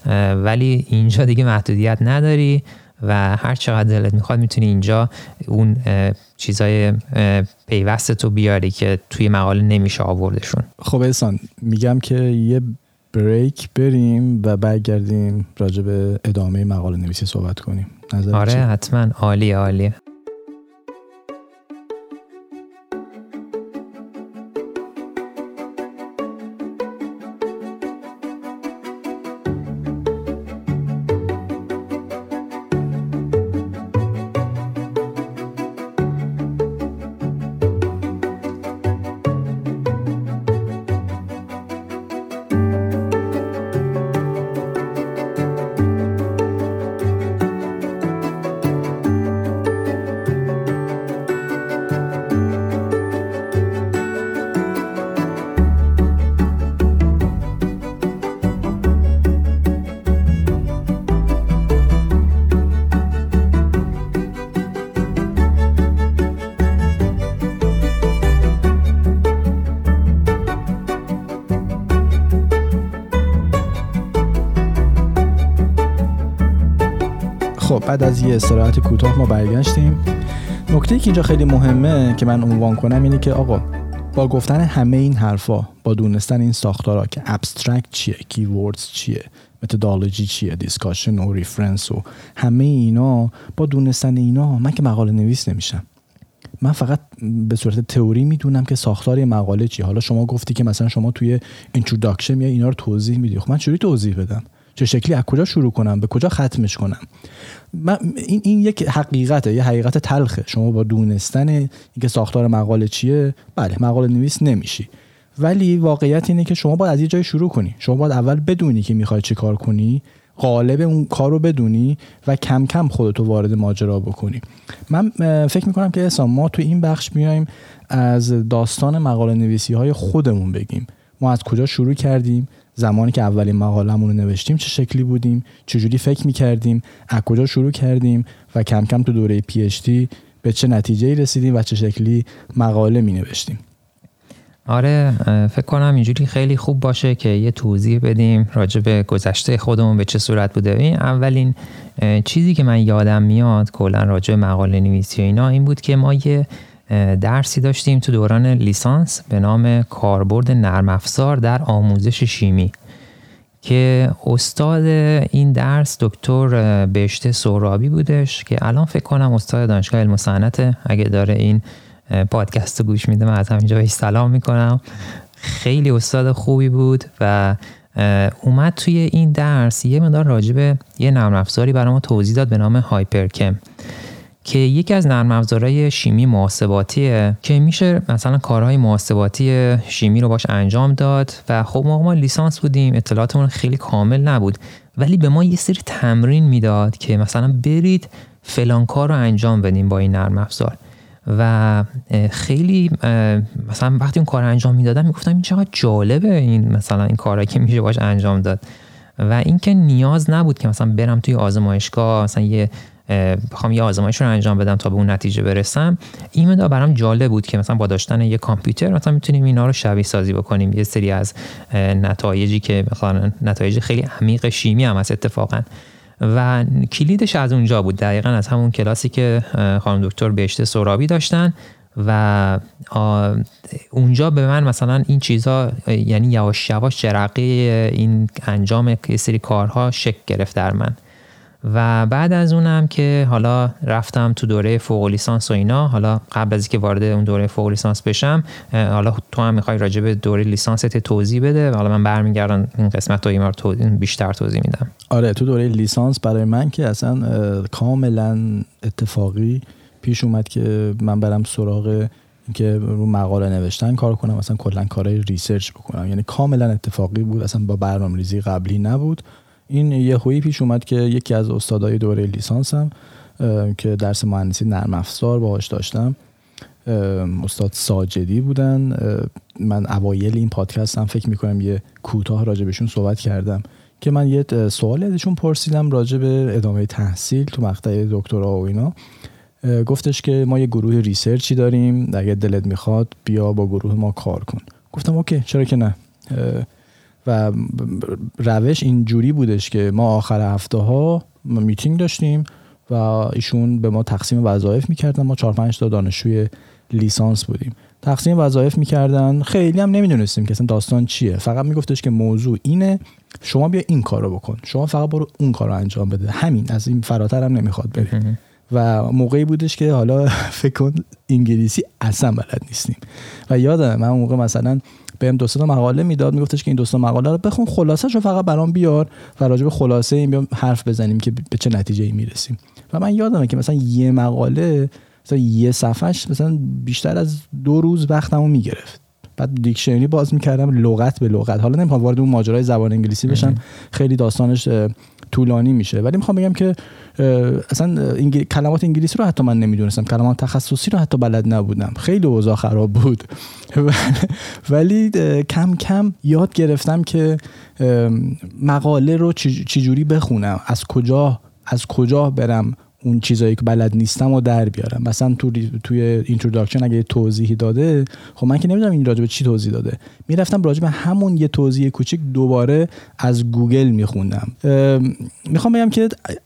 ولی اینجا دیگه محدودیت نداری و هر چقدر دلت میخواد میتونی اینجا اون چیزای پیوستتو بیاری که توی مقاله نمیشه آوردشون. خب احسان، میگم که یه بریک بریم و برگردیم راجع به ادامه مقاله نویسی صحبت کنیم. آره چی؟ حتما. عالی عالی. بعد از یه استراحت کوتاه ما برگشتیم نکته‌ای که اینجا خیلی مهمه که من عنوان کنم اینه که آقا با گفتن همه این حرفا، با دونستن این ساختارا که ابسترکت چیه، کیوردز چیه، متدولوژی چیه، دیسکاشن و ریفرنس و همه اینا، با دونستن اینا من که مقاله نویس نمیشم. من فقط به صورت تئوری میدونم که ساختار مقاله چیه. حالا شما گفتی که مثلا شما توی اینتروداکشن میای اینا رو توضیح میدی. خب من چجوری توضیح بدم؟ چه شکلی، از کجا شروع کنم، به کجا ختمش کنم؟ من این این یک حقیقته، یه حقیقت تلخه. شما با دونستن اینکه ساختار مقاله چیه، بله مقاله نویس نمیشی. ولی واقعیت اینه که شما باید از یه جای شروع کنی. شما باید اول بدونی که میخوای چی کار کنی، قالب اون کار رو بدونی و کم کم خودتو وارد ماجرا بکنی. من فکر میکنم که احسان ما تو این بخش میایم از داستان مقاله نویسی های خودمون بگیم. ما از کجا شروع کردیم، زمانی که اولین مقاله‌مون رو نوشتیم چه شکلی بودیم، چجوری فکر میکردیم، از کجا شروع کردیم و کم کم تو دوره پی اچ دی به چه نتیجه‌ای رسیدیم و چه شکلی مقاله مینوشتیم. آره فکر کنم اینجوری خیلی خوب باشه که یه توضیح بدیم راجع به گذشته خودمون به چه صورت بوده. این اولین چیزی که من یادم میاد کلا راجع به مقاله نویسی و اینا این بود که ما یه درسی داشتیم تو دوران لیسانس به نام کاربرد نرم افزار در آموزش شیمی که استاد این درس دکتر بهشته سهرابی بودش که الان فکر کنم استاد دانشگاه علم و صنعت. اگه داره این پادکست رو گوش میده من از همینجا بهش سلام میکنم. خیلی استاد خوبی بود و اومد توی این درس یه مقدار راجع به یه نرم افزاری برام توضیح داد به نام هایپرکم که یکی از نرم افزارهای شیمی محاسباتیه که میشه مثلا کارهای محاسباتی شیمی رو باش انجام داد. و خب ما ما لیسانس بودیم، اطلاعاتمون خیلی کامل نبود، ولی به ما یه سری تمرین میداد که مثلا برید فلان کار رو انجام بدیم با این نرم افزار. و خیلی مثلا وقتی اون کار انجام میدادم میگفتم این چقدر جالبه این مثلا این کارهایی که میشه باش انجام داد. و اینکه نیاز نبود که مثلا برم توی آزمایشگاه مثلا یه بخوام یه آزمایش رو انجام بدم تا به اون نتیجه برسم. این مدار برام جالب بود که مثلا با داشتن یه کامپیوتر مثلا میتونیم اینا رو شبیه سازی بکنیم. یه سری از نتایجی که مثلا نتایج خیلی عمیق شیمی هم هست اتفاقا. و کلیدش از اونجا بود، دقیقاً از همون کلاسی که خانم دکتر بهشته سهرابی داشتن و اونجا به من مثلا این چیزها یعنی یواش یواش جرقه این انجام یه سری کارها شکل گرفت در من. و بعد از اونم که حالا رفتم تو دوره فوق لیسانس و اینا، حالا قبل از اینکه وارد اون دوره فوق لیسانس بشم حالا تو هم میخوای راجع به دوره لیسانست توضیح بده، حالا من برمیگردم این قسمت رو اینا رو بیشتر توضیح میدم. آره تو دوره لیسانس برای من که اصلا کاملا اتفاقی پیش اومد که من برم سراغ اینکه رو مقاله نوشتن کار کنم، مثلا کلا کارهای ریسرچ بکنم. یعنی کاملا اتفاقی بود، اصلا با برنامه‌ریزی قبلی نبود. این یه خویی پیش اومد که یکی از استادای دوره لیسانسم که درس مهندسی نرم افزار باهاش داشتم، استاد ساجدی بودن. من اوایل این پادکست هم فکر میکنم یه کوتاه راجع بهشون صحبت کردم که من یه سوالی ازشون پرسیدم راجع به ادامه تحصیل تو مقطع دکترا و اینا. گفتش که ما یه گروه ریسرچی داریم، اگه دلت میخواد بیا با گروه ما کار کن. گفتم اوکی چرا که نه. و روش این جوری بودش که ما آخر هفته ها میتینگ داشتیم و ایشون به ما تقسیم وظایف میکردن. ما چهار پنج تا دانشجوی لیسانس بودیم، تقسیم وظایف میکردن. خیلی هم نمیدونستیم که اصلا داستان چیه، فقط میگفتش که موضوع اینه، شما بیا این کارو بکن، شما فقط برو اون کارو انجام بده، همین، از این فراتر هم نمیخواد بره. و موقعی بودش که حالا فکر کن انگلیسی اصلا بلد نیستیم و یادم من موقع مثلا بهم دو تا مقاله میداد، میگفتش که این دو تا مقاله رو بخون، خلاصه‌شو فقط برام بیار و راجع به خلاصه این بیام حرف بزنیم که به چه نتیجه‌ای میرسیم. و من یادمه که مثلا یه مقاله مثلا یه صفحش مثلا بیشتر از دو روز وقتمو میگرفت. بعد دیکشنری باز میکردم لغت به لغت. حالا نمیخوام وارد اون ماجرای زبان انگلیسی بشم، خیلی داستانش طولانی میشه، ولی میخوام بگم که اصلا انگل... کلمات انگلیسی رو حتی من نمیدونستم، کلمات تخصصی رو حتی بلد نبودم، خیلی اوضاع خراب بود. ولی کم کم یاد گرفتم که مقاله رو چجوری بخونم، از کجا از کجا برم اون چیزایی که بلد نیستم رو در بیارم. مثلا تو توی اینتروداکشن اگه توضیحی داده، خب من که نمیدونم این راجع به چی توضیح داده، میرفتم راجع به همون یه توضیح کوچیک دوباره از گوگل میخوندم. میخوام بگم که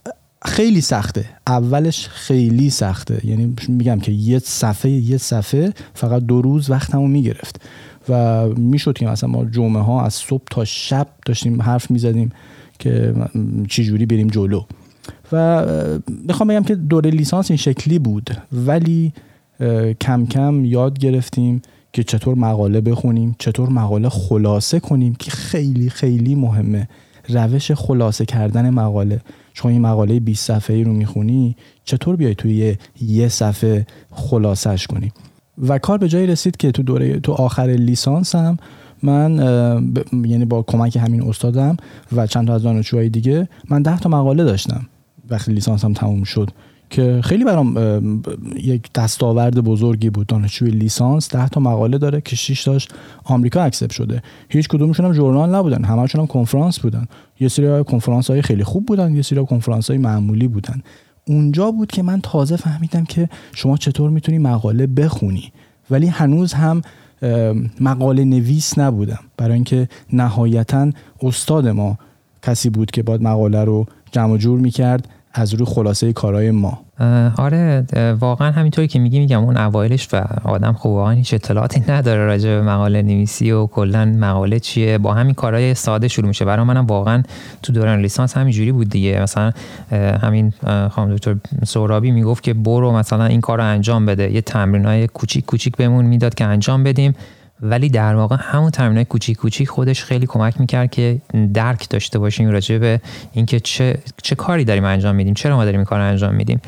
خیلی سخته، اولش خیلی سخته، یعنی میگم که یه صفحه یه صفحه فقط دو روز وقتمو میگرفت و میشد که مثلا ما جمعه ها از صبح تا شب داشتیم حرف میزدیم که چی جوری بریم جلو. و میخوام بگم که دوره لیسانس این شکلی بود، ولی کم کم یاد گرفتیم که چطور مقاله بخونیم، چطور مقاله خلاصه کنیم که خیلی خیلی مهمه. روش خلاصه کردن مقاله، شما این مقاله بیست صفحه‌ای رو میخونی، چطور بیای توی یه صفحه خلاصش کنی. و کار به جایی رسید که تو دوره تو آخر لیسانس هم من ب... یعنی با کمک همین استادم و چند تا از دانشجوهای دیگه من ده تا مقاله داشتم وقتی لیسانسم تموم شد که خیلی برام یک دستاورد بزرگی بود. دانشجوی لیسانس ده تا مقاله داره که شش تاش آمریکا اکسپت شده. هیچ کدومشون هم ژورنال نبودن، همه‌شون هم کنفرانس بودن. یه سری کنفرانس‌های خیلی خوب بودن، یه سری کنفرانس‌های معمولی بودن. اونجا بود که من تازه فهمیدم که شما چطور میتونی مقاله بخونی، ولی هنوز هم مقاله نویس نبودم، برای اینکه نهایتاً استاد ما کسی بود که باید مقاله رو جمع جور میکرد از روی خلاصه کارهای ما. آره واقعا همینطوری که میگی، میگم اون اوایلش و آدم خب واقعا هیچ اطلاعاتی نداره راجع به مقاله نویسی و کلا مقاله چیه، با همین کارهای ساده شروع میشه. برای منم واقعا تو دوران لیسانس همینجوری بود دیگه. مثلا همین خانم دکتر سهرابی میگفت که برو مثلا این کارو انجام بده، یه تمرینای کوچیک کوچیک بهمون میداد که انجام بدیم، ولی در واقع همون تمرینای کوچیک کوچیک خودش خیلی کمک میکرد که درک داشته باشیم راجع به اینکه چه چه کاری داریم انجام میدیم، چرا ما داریم این کارو انجام میدیم.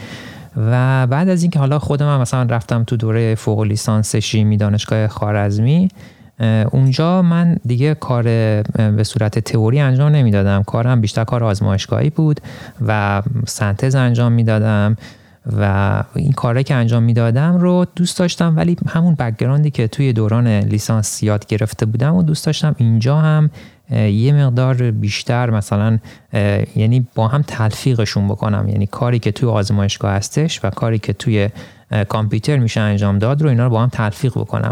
و بعد از اینکه حالا خودم هم مثلا رفتم تو دوره فوق لیسانس شیمی دانشگاه خوارزمی، اونجا من دیگه کار به صورت تئوری انجام نمیدادم، کارم بیشتر کار آزمایشگاهی بود و سنتز انجام میدادم و این کاری که انجام میدادم رو دوست داشتم، ولی همون بک‌گراندی که توی دوران لیسانس یاد گرفته بودم و دوست داشتم اینجا هم یه مقدار بیشتر مثلا یعنی با هم تلفیقشون بکنم، یعنی کاری که توی آزمایشگاه هستش و کاری که توی کامپیوتر میشه انجام داد رو اینا رو با هم تلفیق بکنم.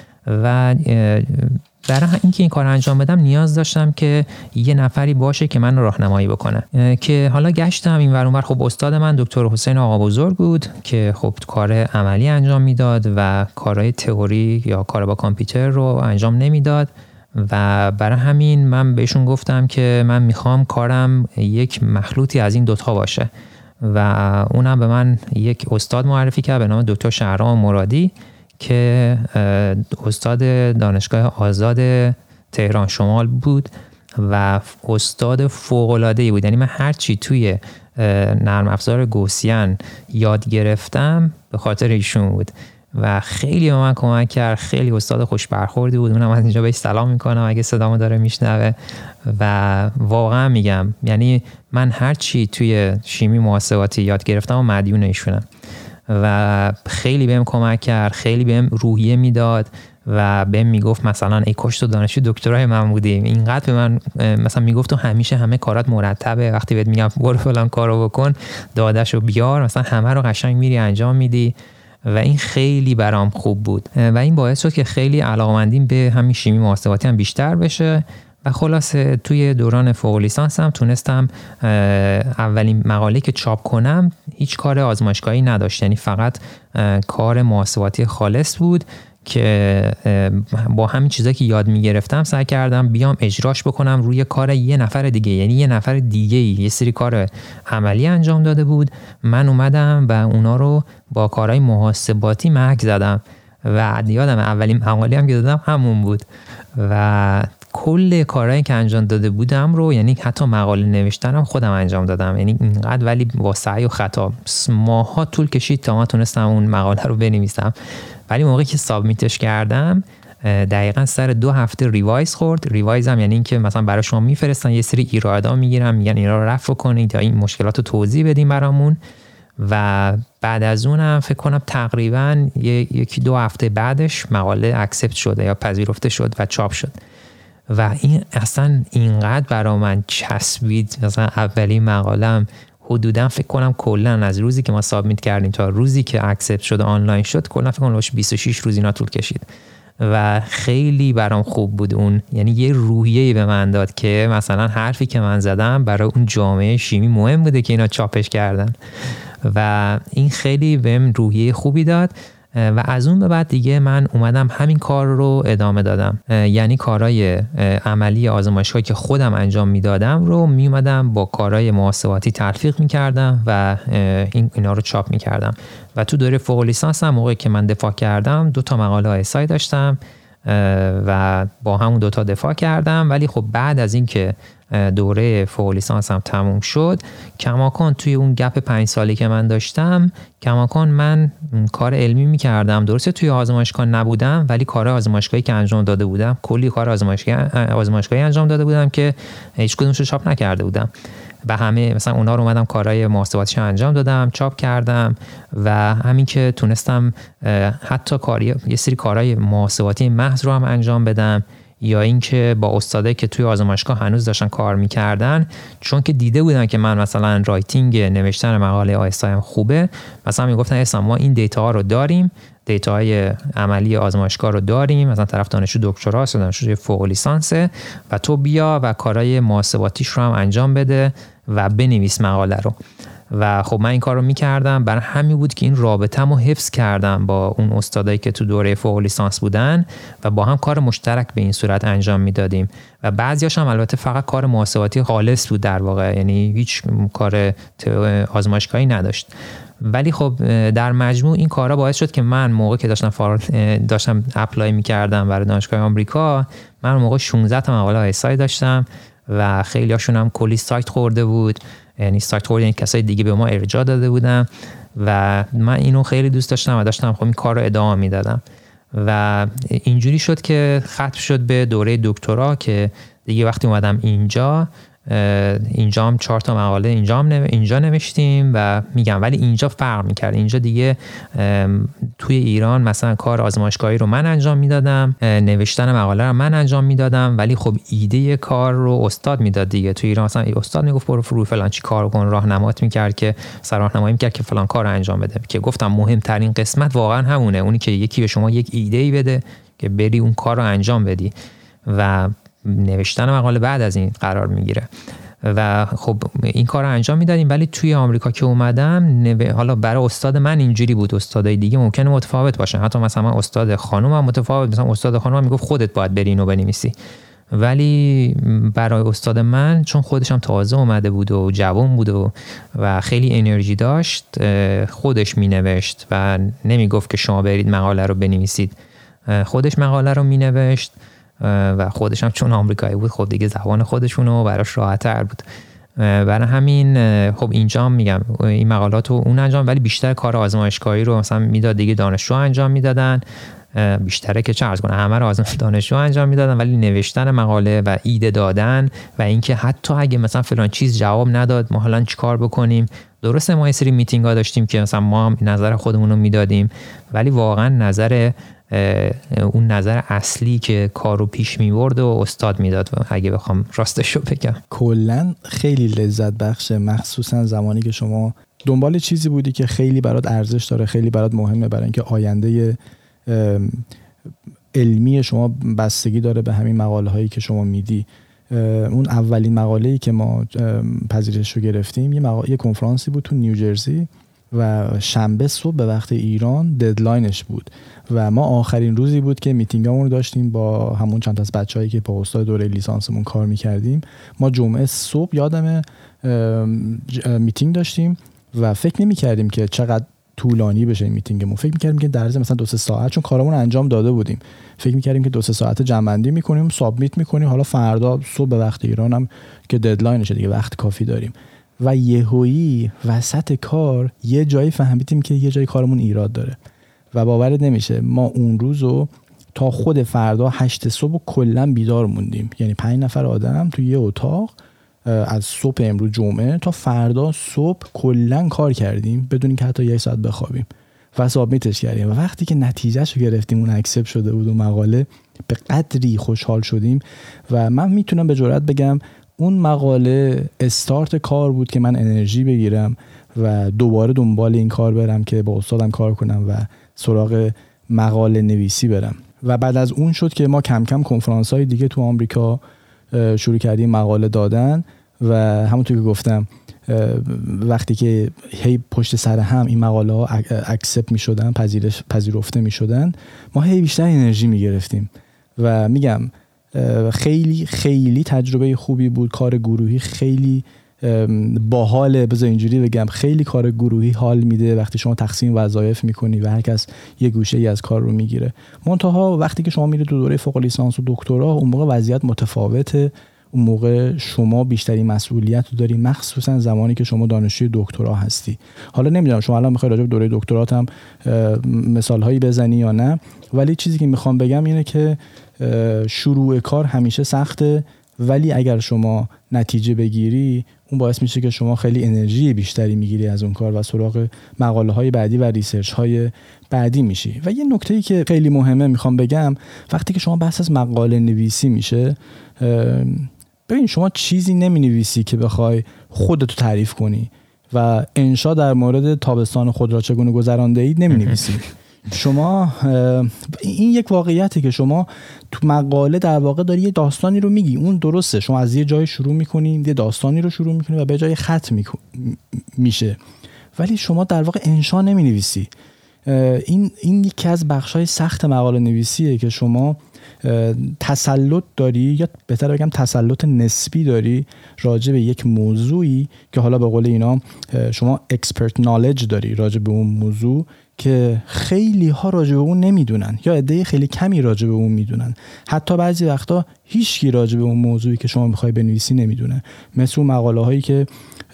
و برای اینکه این کار انجام بدم نیاز داشتم که یه نفری باشه که من راهنمایی بکنه، که حالا گشتم این ور اون ور. خب استاد من دکتر حسین آقا بزرگ بود که خب کار عملی انجام میداد و کارهای تئوری یا کار با کامپیوتر رو انجام نمیداد و برای همین من بهشون گفتم که من میخوام کارم یک مخلوطی از این دوتا باشه و اونم به من یک استاد معرفی کرد به نام دکتر شهرام مرادی که استاد دانشگاه آزاد تهران شمال بود و استاد فوق‌العاده‌ای بود. یعنی من هرچی توی نرم افزار گوسین یاد گرفتم به خاطر ایشون بود و خیلی به من کمک کرد. خیلی استاد خوش برخوردی بود. اونم از اینجا بهش سلام میکنم اگه صدامو داره میشنوه. و واقعا میگم یعنی من هرچی توی شیمی محاسباتی یاد گرفتم و مدیون ایشونم و خیلی بهم کمک کرد، خیلی بهم روحیه میداد و بهم میگفت مثلا ای کاش تو دانشجو دکترای من بودیم. اینقدر به من مثلا میگفت تو همیشه همه کارات مرتبه، وقتی بهت میگم برو فلان کارو بکن داداشو بیار، مثلا همه رو قشنگ میری انجام میدی و این خیلی برام خوب بود و این باعث شد که خیلی علاقه‌مندیم به همین شیمی محاسباتی هم بیشتر بشه. و خلاصه توی دوران فوق لیسانس هم تونستم اولین مقاله که چاپ کنم هیچ کار آزمایشگاهی نداشت، یعنی فقط کار محاسباتی خالص بود که با همین چیزایی که یاد میگرفتم سعی کردم بیام اجراش بکنم روی کار یه نفر دیگه، یعنی یه نفر دیگه یه سری کار عملی انجام داده بود، من اومدم و اونا رو با کارهای محاسباتی محک زدم و یادم اولین مقاله هم که دادم همون بود و کل کارهایی که انجام داده بودم رو، یعنی حتی مقاله نوشتنم خودم انجام دادم، یعنی اینقدر، ولی با سعی و خطا ماها طول کشید تا ما تونستم اون مقاله رو بنویسم. ولی موقعی که سابمیتش کردم دقیقاً سر دو هفته ریوایز خورد. ریوایزم یعنی این که مثلا برای شما میفرستن یه سری ایرادا میگیرن میگن اینا رو رفع کنید یا این مشکلات رو توضیح بدین برامون و بعد از اونم فکر کنم تقریباً یکی دو هفته بعدش مقاله اکسپت شده یا پذیرفته شد و چاپ شد و این اصلا اینقدر برای من چسبید. مثلا اولین مقالم حدوداً فکر کنم کلاً از روزی که ما سابمیت کردیم تا روزی که اکسپت شد آنلاین شد کلاً فکر کنم بیست و شش روز اینا طول کشید و خیلی برام خوب بود اون، یعنی یه روحیه‌ای به من داد که مثلا حرفی که من زدم برای اون جامعه شیمی مهم بوده که اینا چاپش کردن و این خیلی بهم روحیه خوبی داد و از اون به بعد دیگه من اومدم همین کار رو ادامه دادم، یعنی کارهای عملی آزمایشگاهی که خودم انجام میدادم رو می اومدم با کارهای محاسباتی تلفیق میکردم و این اینا رو چاپ میکردم و تو دوره فوق لیسانس هم موقعی که من دفاع کردم دو تا مقاله آیسای داشتم و با همون دوتا دفاع کردم. ولی خب بعد از این که دوره فوق لیسانس هم تموم شد، کماکان توی اون گپ پنج سالی که من داشتم کماکان من کار علمی میکردم. درسته توی آزمایشگاه نبودم ولی کار آزمایشگاهی که انجام داده بودم، کلی کار آزمایشگاهی آزمایشگاهی انجام داده بودم که هیچ کدومش رو چاپ نکرده بودم و همه مثلا اونا رو اومدم کارهای محاسباتیش انجام دادم، چاپ کردم و همین که تونستم حتی کاری یه سری کارهای محاسباتی محض رو هم انجام بدم، یا اینکه با استادایی که توی آزمایشگاه هنوز داشتن کار میکردن، چون که دیده بودن که من مثلا رایتینگ نوشتن مقاله آیسای خوبه، مثلا میگفتن اصلا ما این دیتا ها رو داریم، دیتاهای عملی آزمایشگاه رو داریم، مثلا طرف دانشجو دکتراست، دانشجو فوق لیسانسه و تو بیا و کارهای محاسباتیش رو هم انجام بده و بنویس مقاله رو. و خب من این کار رو میکردم، برای همین بود که این رابطه‌مو حفظ کردم با اون استادایی که تو دوره فوق لیسانس بودن و با هم کار مشترک به این صورت انجام میدادیم و بعضیاش هم البته فقط کار محاسباتی خالص بود در واقع، یعنی هیچ کار آزمایشگاهی نداشت. ولی خب در مجموع این کارا باعث شد که من موقع که داشتم فار... داشتم اپلای میکردم برای دانشگاه آمریکا، من موقع شانزده تا مقاله آیسای داشتم و خیلی هاشون هم کلی سایت خورده بود، یعنی سایت خورده یعنی کسای دیگه به ما ارجاع داده بودن و من اینو خیلی دوست داشتم و داشتم خب این کار رو ادامه میدادم و اینجوری شد که ختم شد به دوره دکترا که دیگه وقتی اومدم اینجا اینجا هم چهار تا مقاله اینجا هم نو... اینجا نوشتیم و میگم ولی اینجا فرق میکرد. اینجا دیگه توی ایران مثلا کار آزمایشگاهی رو من انجام میدادم، نوشتن مقاله رو من انجام میدادم، ولی خب ایده کار رو استاد میداد دیگه. توی ایران مثلا استاد میگفت برو روی فلان چی کار کن، راهنمات میکرد که مثلا راهنمایی میکرد که فلان کار رو انجام بده، که گفتم مهمترین قسمت واقعا همونه، اونی که یکی به شما یک ایده‌ای بده که بری اون کار رو انجام بدی و نوشتن مقاله بعد از این قرار میگیره. و خب این کار رو انجام میدادیم. ولی توی آمریکا که اومدم نو... حالا برای استاد من اینجوری بود، استادای دیگه ممکنه متفاوت باشن، حتی مثلا من استاد خانوم هم متفاوت، مثلا استاد خانوم هم میگفت خودت باید بری اینو بنویسی، ولی برای استاد من چون خودش هم تازه اومده بود و جوان بود و, و خیلی انرژی داشت، خودش مینوشت و نمیگفت که شما برید مقاله رو بنویسید، خودش مقاله رو مینوشت و خودش هم چون آمریکایی بود خب دیگه زبان خودشونو براش راحت‌تر بود. برای همین خب اینجا میگم این مقالات رو اون انجام، ولی بیشتر کار آزمایشگاهی رو مثلا میداد دیگه دانشجو انجام میدادن، بیشتره که چه عرض کنم همه رو آزمایش دانشجو انجام میدادن، ولی نوشتن مقاله و ایده دادن و اینکه حتی اگه مثلا فلان چیز جواب نداد ما حالا چیکار بکنیم. درسته ما یه سری میتینگ ها داشتیم که مثلا ما هم نظر خودمون رو میدادیم، ولی واقعا نظر اون نظر اصلی که کارو پیش میبرد و استاد میداد اگه بخوام راستشو بگم. کلا خیلی لذت بخشه، مخصوصا زمانی که شما دنبال چیزی بودی که خیلی برات ارزش داره، خیلی برات مهمه، برای اینکه آینده علمی شما بستگی داره به همین مقاله هایی که شما میدی. اون اولین مقاله‌ای که ما پذیرش رو گرفتیم یه, مقا... یه کنفرانسی بود تو نیوجرسی و شنبه صبح به وقت ایران ددلاینش بود و ما آخرین روزی بود که میتینگامون رو داشتیم با همون چند تا از بچه‌هایی که با استاد دوره لیسانسمون کار میکردیم. ما جمعه صبح یادمه میتینگ داشتیم و فکر نمی‌کردیم که چقدر طولانی بشه این میتینگمون. فکر می‌کردیم که در ضمن مثلا دو سه ساعت، چون کارمون انجام داده بودیم، فکر می‌کردیم که دو سه ساعت جمع‌بندی می‌کنیم، سابمیت می‌کنیم، حالا فردا صبح به وقت ایران هم که ددلاینشه دیگه وقت کافی داریم. و یهویی وسط کار یه جایی فهمیدیم که یه جای کارمون ایراد داره و باورت نمیشه ما اون روزو تا خود فردا هشت صبح کلا بیدار موندیم، یعنی پنج نفر آدم تو یه اتاق از صبح امروز جمعه تا فردا صبح کلا کار کردیم بدون اینکه حتی یک ساعت بخوابیم و سابمیتش کردیم. و وقتی که نتیجهشو گرفتیم، اون اکسپت شده بود و مقاله، به قدری خوشحال شدیم و من میتونم به جرئت بگم اون مقاله استارت کار بود که من انرژی بگیرم و دوباره دنبال این کار برم که با استادم کار کنم و سراغ مقاله نویسی برم. و بعد از اون شد که ما کم کم کنفرانس های دیگه تو آمریکا شروع کردیم مقاله دادن و همونطور که گفتم وقتی که هی پشت سر هم این مقاله ها اکسپت می شدن، پذیرش پذیرفته می شدن، ما هی بیشتر انرژی می گرفتیم و میگم خیلی خیلی تجربه خوبی بود. کار گروهی خیلی باحاله، بذار اینجوری بگم، خیلی کار گروهی حال میده وقتی شما تقسیم وظایف میکنی و هر کس یه گوشه ای از کار رو میگیره. منتها وقتی که شما میرید تو دوره فوق لیسانس و دکترا، اون موقع وضعیت متفاوته. اون موقع شما بیشتری مسئولیت رو داری، مخصوصا زمانی که شما دانشجوی دکترا هستی. حالا نمیدونم شما الان میخوای راجع به دوره دکترات هم مثال هایی بزنی یا نه، ولی چیزی که میخوام بگم اینه که شروع کار همیشه سخته، ولی اگر شما نتیجه بگیری اون باعث میشه که شما خیلی انرژی بیشتری میگیری از اون کار و سراغ مقاله های بعدی و ریسرچ های بعدی میشی. و یه نکته‌ای که خیلی مهمه میخوام بگم، وقتی که شما بحث از مقاله نویسی میشه، ببین شما چیزی نمی نویسی که بخوای خودتو تعریف کنی و انشا در مورد تابستان خود را چگونه گذرانده اید نمی نویسی. شما این یک واقعیتی که شما تو مقاله در واقع داری یه داستانی رو میگی، اون درسته، شما از یه جای شروع میکنی، یه داستانی رو شروع میکنی و به جای ختم میشه، ولی شما در واقع انشا نمی نویسی. این این یکی از بخشای سخت مقاله نویسیه که شما تسلط داری، یا بهتر بگم تسلط نسبی داری راجع به یک موضوعی که حالا به قول اینا شما اکسپرت نالج داری راجع به اون موضوع که خیلی ها راجع به اون نمیدونن یا عده خیلی کمی راجع به اون میدونن. حتی بعضی وقتا هیچکی راجع به اون موضوعی که شما میخوای بنویسی نمیدونه، مثل اون مقاله هایی که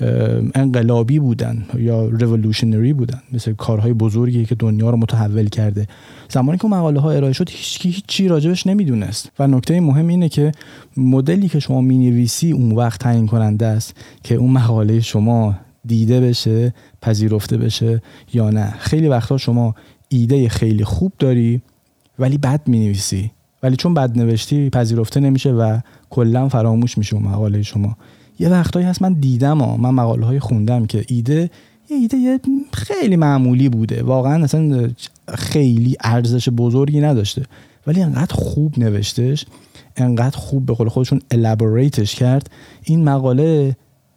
انقلابی بودن یا ریولوشنری بودن، مثل کارهای بزرگی که دنیا رو متحول کرده. زمانی که اون مقاله ها ارائه شد هیچکی هیچی راجبش نمیدونست. و نکته مهم اینه که مدلی که شما مینویسی اون وقت تعیین کننده است که اون مقاله شما دیده بشه، پذیرفته بشه یا نه. خیلی وقتا شما ایده خیلی خوب داری ولی بد مینویسی، ولی چون بد نوشتی پذیرفته نمیشه و کلا فراموش میشه اون مقاله شما. یه وقتایی هست من دیدم ها، من مقاله های خوندم که ایده یه ایده خیلی معمولی بوده، واقعا اصلا خیلی ارزش بزرگی نداشته، ولی انقدر خوب نوشتش، انقدر خوب به قول خودشون الابوریتش کرد، این مقاله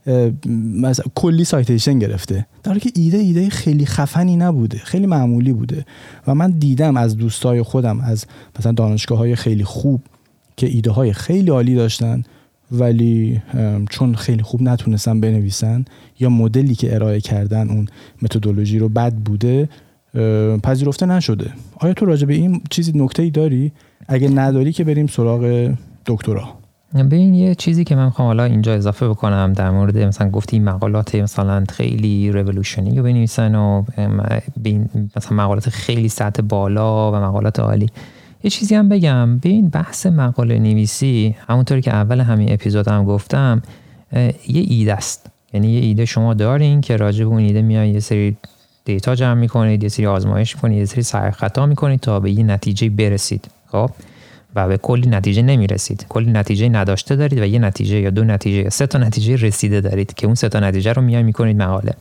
مثلا کلی سایتیشن گرفته، در حالی که ایده ایده خیلی خفنی نبوده، خیلی معمولی بوده. و من دیدم از دوستای خودم از مثلا دانشگاه‌های خیلی خوب که ایده های خیلی عالی داشتن ولی چون خیلی خوب نتونستن بنویسن یا مدلی که ارائه کردن اون متدولوژی رو بد بوده پذیرفته نشده. آیا تو راجع به این چیزی نکته‌ای داری؟ اگه نداری که بریم سراغ دکترا. ببین یه چیزی که من میخوام حالا اینجا اضافه بکنم در مورد مثلا گفتی مقالات مثلا خیلی ریولوشنی رو بنویسن و مثلا مقالات خیلی سطح بالا و مقالات عالی. یه چیزی هم بگم، ببین بحث مقاله نویسی همونطوری که اول همین اپیزود هم گفتم یه ایده است. یعنی یه ایده شما دارین که راجع به اون ایده میای یه سری دیتا جمع میکنید، یه سری آزمایش میکنید، یه سری سعی خطا میکنید تا به یه نتیجه برسید. خب و به کلی نتیجه نمیرسید، کلی نتیجه نداشته دارید و یه نتیجه یا دو نتیجه یا سه تا نتیجه رسیده دارید که اون سه تا نتیجه رو میای میکنید مقاله.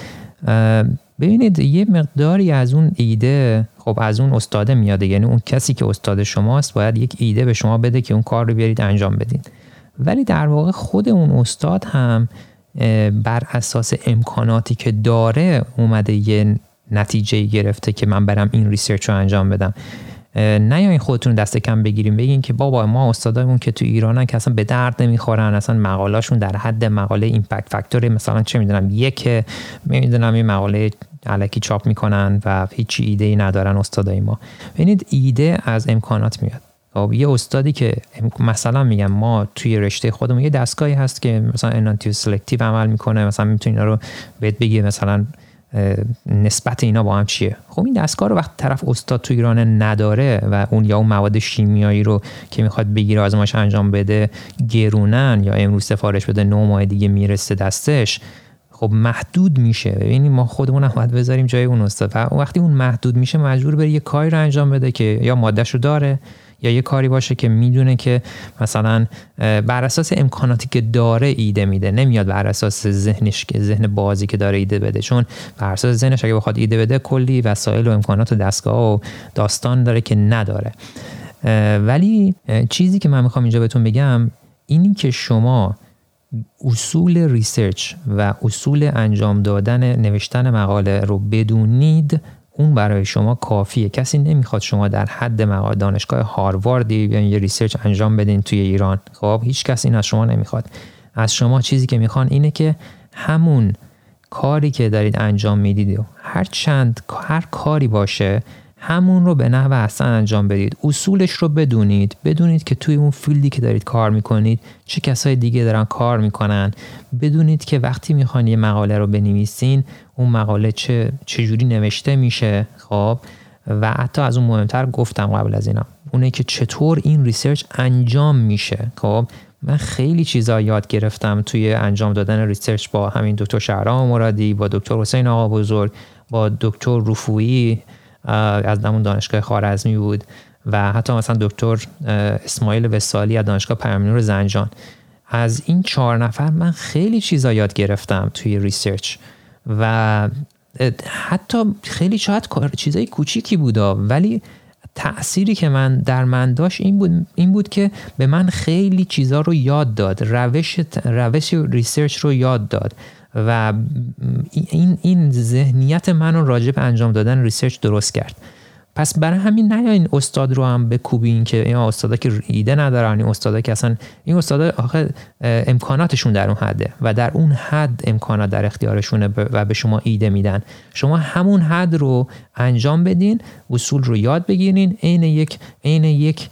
ببینید یه مقداری از اون ایده خب از اون استاده میاده، یعنی اون کسی که استاد شماست باید یک ایده به شما بده که اون کار رو بیارید انجام بدین، ولی در واقع خود اون استاد هم بر اساس امکاناتی که داره اومده یه نتیجه گرفته که من برم این ریسرچ رو انجام بدم. نه یا این خودتون دست کم بگیریم بگین که بابا ما استادایمون که تو ایرانن که اصلا به درد نمیخورن، اصلا مقاله‌شون در حد مقاله ایمپکت فاکتور مثلا چه میدونم یک میدونم این مقاله الکی چاپ میکنن و هیچ ایده ای ندارن استادای ما. ببینید ایده از امکانات میاد. خب یه استادی که مثلا میگم ما توی رشته خودمون یه دستگاهی هست که مثلا انانتیو سلکتیو عمل میکنه، مثلا میتونه اینا رو بهت بگه مثلا نسبت اینا با هم چیه. خب این دستگاه رو وقت طرف استاد تو ایران نداره و اون یا اون مواد شیمیایی رو که میخواد بگیره آزمایش انجام بده گرونن یا امروز سفارش بده نه ماه دیگه میرسه دستش، خب محدود میشه. ببینید ما خودمون هم باید بذاریم جای اون استاد و وقتی اون محدود میشه مجبور بره یه کاری رو انجام بده که یا مادهشو داره یا یه کاری باشه که میدونه که مثلا بر اساس امکاناتی که داره ایده میده، نمیاد بر اساس ذهنش که ذهن بازی که داره ایده بده، چون بر اساس ذهنش اگه بخواد ایده بده کلی وسایل و امکانات و دستگاه و داستان داره که نداره. ولی چیزی که من میخوام اینجا بهتون بگم اینی که شما اصول ریسرچ و اصول انجام دادن نوشتن مقاله رو بدونید، اون برای شما کافیه. کسی نمیخواد شما در حد مقاله دانشگاه هاروارد یا یه ریسرچ انجام بدین توی ایران. خب هیچ کسی این از شما نمیخواد. از شما چیزی که میخوان اینه که همون کاری که دارید انجام میدید و هر چند هر کاری باشه همون رو به نحو احسن انجام بدید. اصولش رو بدونید، بدونید که توی اون فیلدی که دارید کار میکنید چه کسای دیگه دارن کار میکنن. بدونید که وقتی میخوان یه مقاله رو بنویسین اون مقاله چه چجوری نوشته میشه. خب و حتی از اون مهمتر گفتم قبل از اینا اونه که چطور این ریسرچ انجام میشه. خب من خیلی چیزا یاد گرفتم توی انجام دادن ریسرچ با همین دکتر شهرام مرادی، با دکتر حسین آقا بزرگ، با دکتر رفویی از همون دانشگاه خوارزمی بود و حتی مثلا دکتر اسماعیل وصالی از دانشگاه پیام‌نور زنجان. از این چهار نفر من خیلی چیزا یاد گرفتم توی ریسرچ و حتی خیلی شاید چیزای کوچیکی بودا ولی تأثیری که من در من داشت این بود این بود که به من خیلی چیزا رو یاد داد، روش روش ریسرچ رو یاد داد و این این ذهنیت منو راجع به انجام دادن ریسرچ درست کرد. پس برای همین نیاین استاد رو هم بکوبین که این استادا که ایده ندارن، این استادا که اصلا این استادا آخه امکاناتشون در اون حده و در اون حد امکانات در اختیارشونه و به شما ایده میدن. شما همون حد رو انجام بدین، اصول رو یاد بگیرین، عین یک عین یک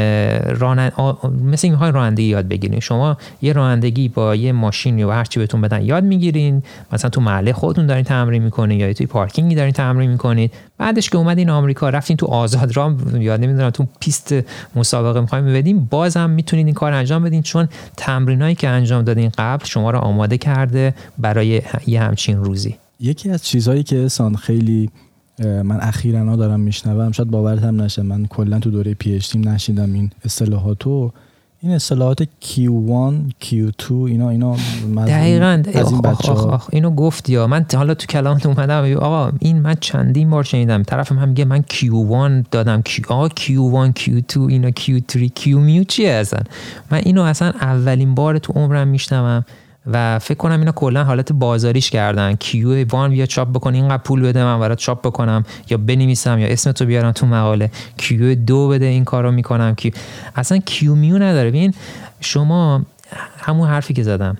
رانن مثل این های رانندگی یاد بگیرین. شما یه رانندگی با یه ماشین یا هر چی بهتون بدن یاد میگیرین، مثلا تو محله خودتون دارین تمرین میکنین یا توی پارکینگی دارین تمرین میکنین. بعدش که اومدین آمریکا رفتین تو آزاد راه یا نمیدونم تو پیست مسابقه می‌خوایم بدیم، بازم میتونید این کار انجام بدین چون تمرینایی که انجام دادین قبل شما رو آماده کرده برای یه همچین روزی. یکی از چیزهایی که سان خیلی من اخیراً دارم میشنوم، شاید باورت هم نشه، من کلا تو دوره پی اچ دی نشیدم این اصطلاحاتو، این اصطلاحات کیو وان کیو تو اینا اینا دقیقاً از این بچه‌ها اینو گفت. یا من حالا تو کلامت اومدم آقا این من چندین بار شنیدم طرفم هم میگه من کیو وان دادم، کیو آقا کیو وان کیو تو اینا کیو تری کیو میو چیه اصلا؟ من اینو اصلا اولین بار تو عمرم میشنوم و فکر کنم اینا کلا حالت بازاریش کردن. کیو وان بیا چاپ بکن، اینقدر پول بده من برات چاپ بکنم یا بنویسم یا اسمتو بیارم تو مقاله. کیو دو بده این کارو میکنم. کیو اصلا کیو میو نداره. ببین شما همون حرفی که زدم،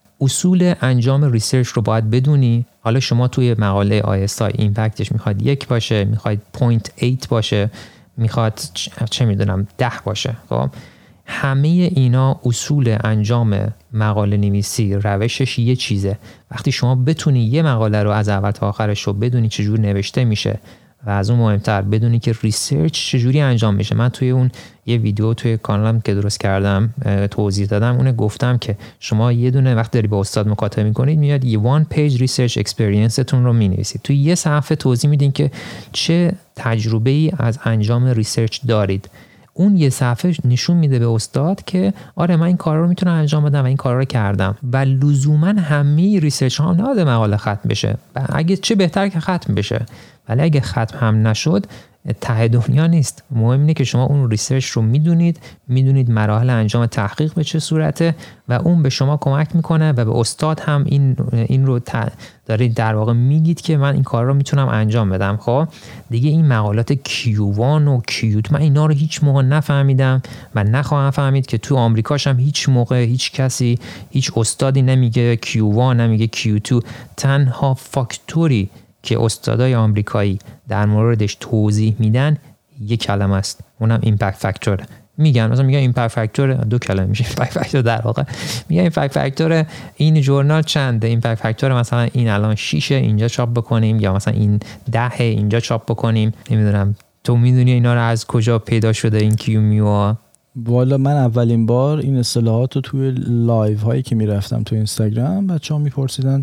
اصول انجام ریسرچ رو باید بدونی. حالا شما توی مقاله آی اس آی ایمپکتش میخواد یک باشه، میخواد پوینت هشت باشه، میخواد چه میدونم ده باشه. خب همه اینا اصول انجام مقاله نویسی، روشش یه چیزه. وقتی شما بتونی یه مقاله رو از اول تا آخرش رو بدونی چجور نوشته میشه و از اون مهمتر بدونی که ریسرچ چجوری انجام میشه. من توی اون یه ویدیو توی کانالم که درست کردم توضیح دادم، اون گفتم که شما یه دونه وقت داری با استاد مکاتبه میکنید میاد یه وان پیج ریسرچ اکسپریانستون رو مینویسید، توی یه صفحه توضیح میدین که چه تجربه‌ای از انجام ریسرچ دارید. اون یه صفحه نشون میده به استاد که آره من این کارا رو میتونم انجام بدم و این کارا رو کردم. و لزوما همه ریسرچ ها نباید مقاله ختم بشه، اگه چه بهتر که ختم بشه، ولی اگه ختم هم نشد ته دنیا نیست. مهم اینه که شما اون ریسرچ رو میدونید، میدونید مراحل انجام تحقیق به چه صورته و اون به شما کمک میکنه و به استاد هم این این رو دارید در واقع میگید که من این کار رو میتونم انجام بدم. خب دیگه این مقالات کیو وان و کیو تو من اینا رو هیچ موقع نفهمیدم و نخواهم فهمید که تو آمریکاش هم هیچ موقع هیچ کسی هیچ استادی نمیگه کیو وان نمیگه کیو تو. تنها فاکتوری که استادای آمریکایی در موردش توضیح میدن یک کلمه است، اونم ایمپکت فاکتور. میگن مثلا میگن ایمپکت فاکتور، دو کلمه میشه ایمپکت فاکتور در واقع. میگن ایمپکت فاکتور این ژورنال چنده، ایمپکت فاکتور مثلا این الان شیشه اینجا چاپ بکنیم یا مثلا این ده اینجا چاپ بکنیم. نمیدونم تو میدونی اینا رو از کجا پیدا شده این کیو میو؟ والا من اولین بار این اصطلاحات رو توی لایو هایی که میرفتم تو اینستاگرام بچه‌ها میپرسیدن،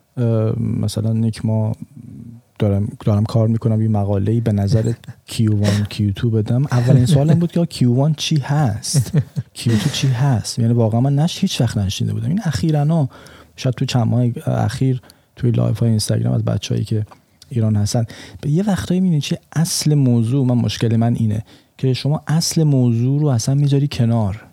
مثلا نیک ما دارم دارم کار میکنم یه مقاله‌ای به نظر کیو وان کیو تو بدم، اولین سوالم بود که کیو وان چی هست، کیو تو چی هست. یعنی واقعا من نش هیچ وقت نشنیده بودم. این اخیرانا شاید تو چند ماه اخیر توی لایو های اینستاگرام از بچه‌هایی که ایران هستن به یه وقتایی میبینی چه اصل موضوع. من مشکل من اینه که شما اصل موضوع رو اصلا میذاری کنار،